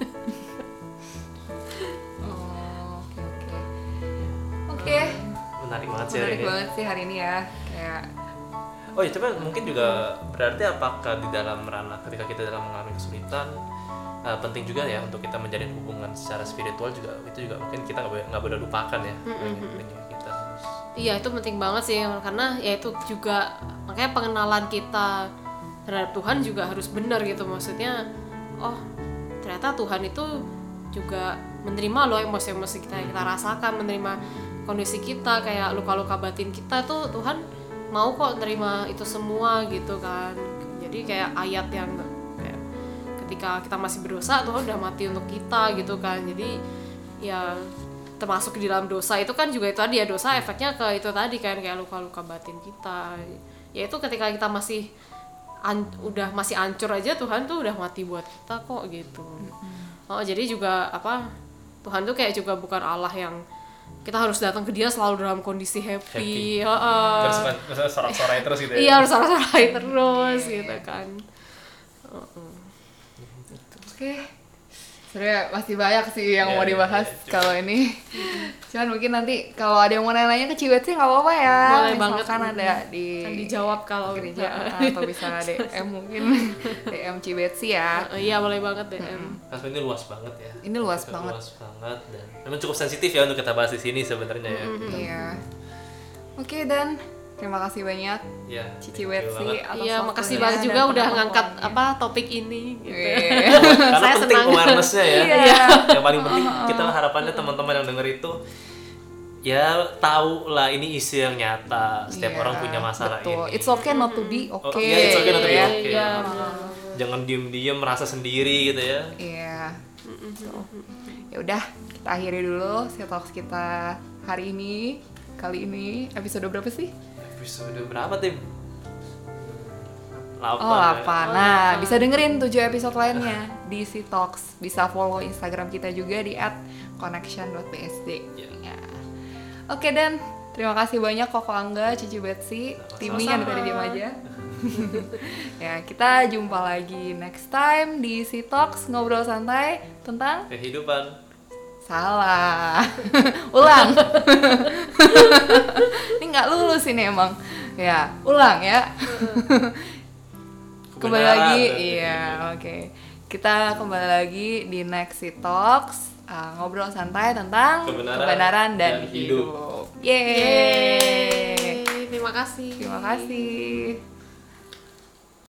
Oh, oke oke. Oke. Menarik banget sih hari Menarik ini. banget sih hari ini ya. Kayak Oh iya, coba mungkin juga berarti apakah di dalam ranah ketika kita dalam mengalami kesulitan uh, penting juga ya untuk kita menjalin hubungan secara spiritual juga, itu juga mungkin kita nggak boleh nggak boleh lupakan ya. Mm-hmm. Kita harus. Iya itu penting banget sih, karena ya itu juga makanya pengenalan kita terhadap Tuhan juga harus benar gitu. Maksudnya oh ternyata Tuhan itu juga menerima loh emosi-emosi kita yang kita rasakan, menerima kondisi kita kayak luka-luka batin kita tuh Tuhan mau kok nerima itu semua gitu kan. Jadi kayak ayat yang kayak ketika kita masih berdosa Tuhan udah mati untuk kita gitu kan. Jadi ya termasuk di dalam dosa itu kan juga itu tadi ya, dosa efeknya ke itu tadi kan kayak luka-luka batin kita. Ya itu ketika kita masih an- udah masih hancur aja Tuhan tuh udah mati buat kita kok gitu. Oh jadi juga apa Tuhan tuh kayak juga bukan Allah yang kita harus datang ke dia selalu dalam kondisi happy, happy. Uh, terus kan sorak-sorai terus gitu ya. Iya harus sorak-sorai terus gitu kan. Uh-uh. Oke. Sebenarnya masih banyak sih yang yeah, mau dibahas yeah, yeah, kalau ini. Cuman mungkin nanti kalau ada yang mau nanya ke Ciwet sih nggak apa-apa ya. Boleh banget kan ada di kan dijawab kalau gereja atau bisa D M mungkin D M Ciwet sih ya. Uh, iya boleh banget D M. Karena ini luas banget ya. Ini luas Kita banget. Luas banget dan memang cukup sensitif ya untuk kita bahas di sini sebenarnya ya. Mm-hmm. Iya. Oke dan terima kasih banyak ya, Cici Wetsi atas Iya, makasih banget juga udah ngangkat apa topik ini gitu. Yeah. Karena Saya penting senang. awareness-nya ya. Iya. Yang paling penting kita harapannya teman-teman yang denger itu ya tahu lah ini isu yang nyata. Setiap Iya, orang punya masalah betul. ini. It's okay not to be Oh, okay. iya, it's okay not to be ya. okay. Iya, Jangan diem-diem merasa sendiri gitu ya. Iya. So, ya udah, kita akhiri dulu Sea Talks kita hari ini. Kali ini episode berapa sih? Episode berapa tim? delapan. Oh, delapan. Nah, bisa dengerin tujuh episode lainnya di Sea Talks. Bisa follow Instagram kita juga di at connection dot b s d. Ya. Ya. Oke, Dan. Terima kasih banyak Koko Angga, Cici Betsy, Timi yang tadi diem aja. Ya, kita jumpa lagi next time di Sea Talks, ngobrol santai tentang Kehidupan. salah. Ulang. Ini nggak lulus ini emang. Ya, ulang ya. Kembali Kebenaran lagi, dan iya, oke. Kita kembali lagi di next Sea Talks, uh, ngobrol santai tentang Kebenaran kebenaran dan, dan hidup. hidup. Yeay. Yeay, terima kasih. Terima kasih.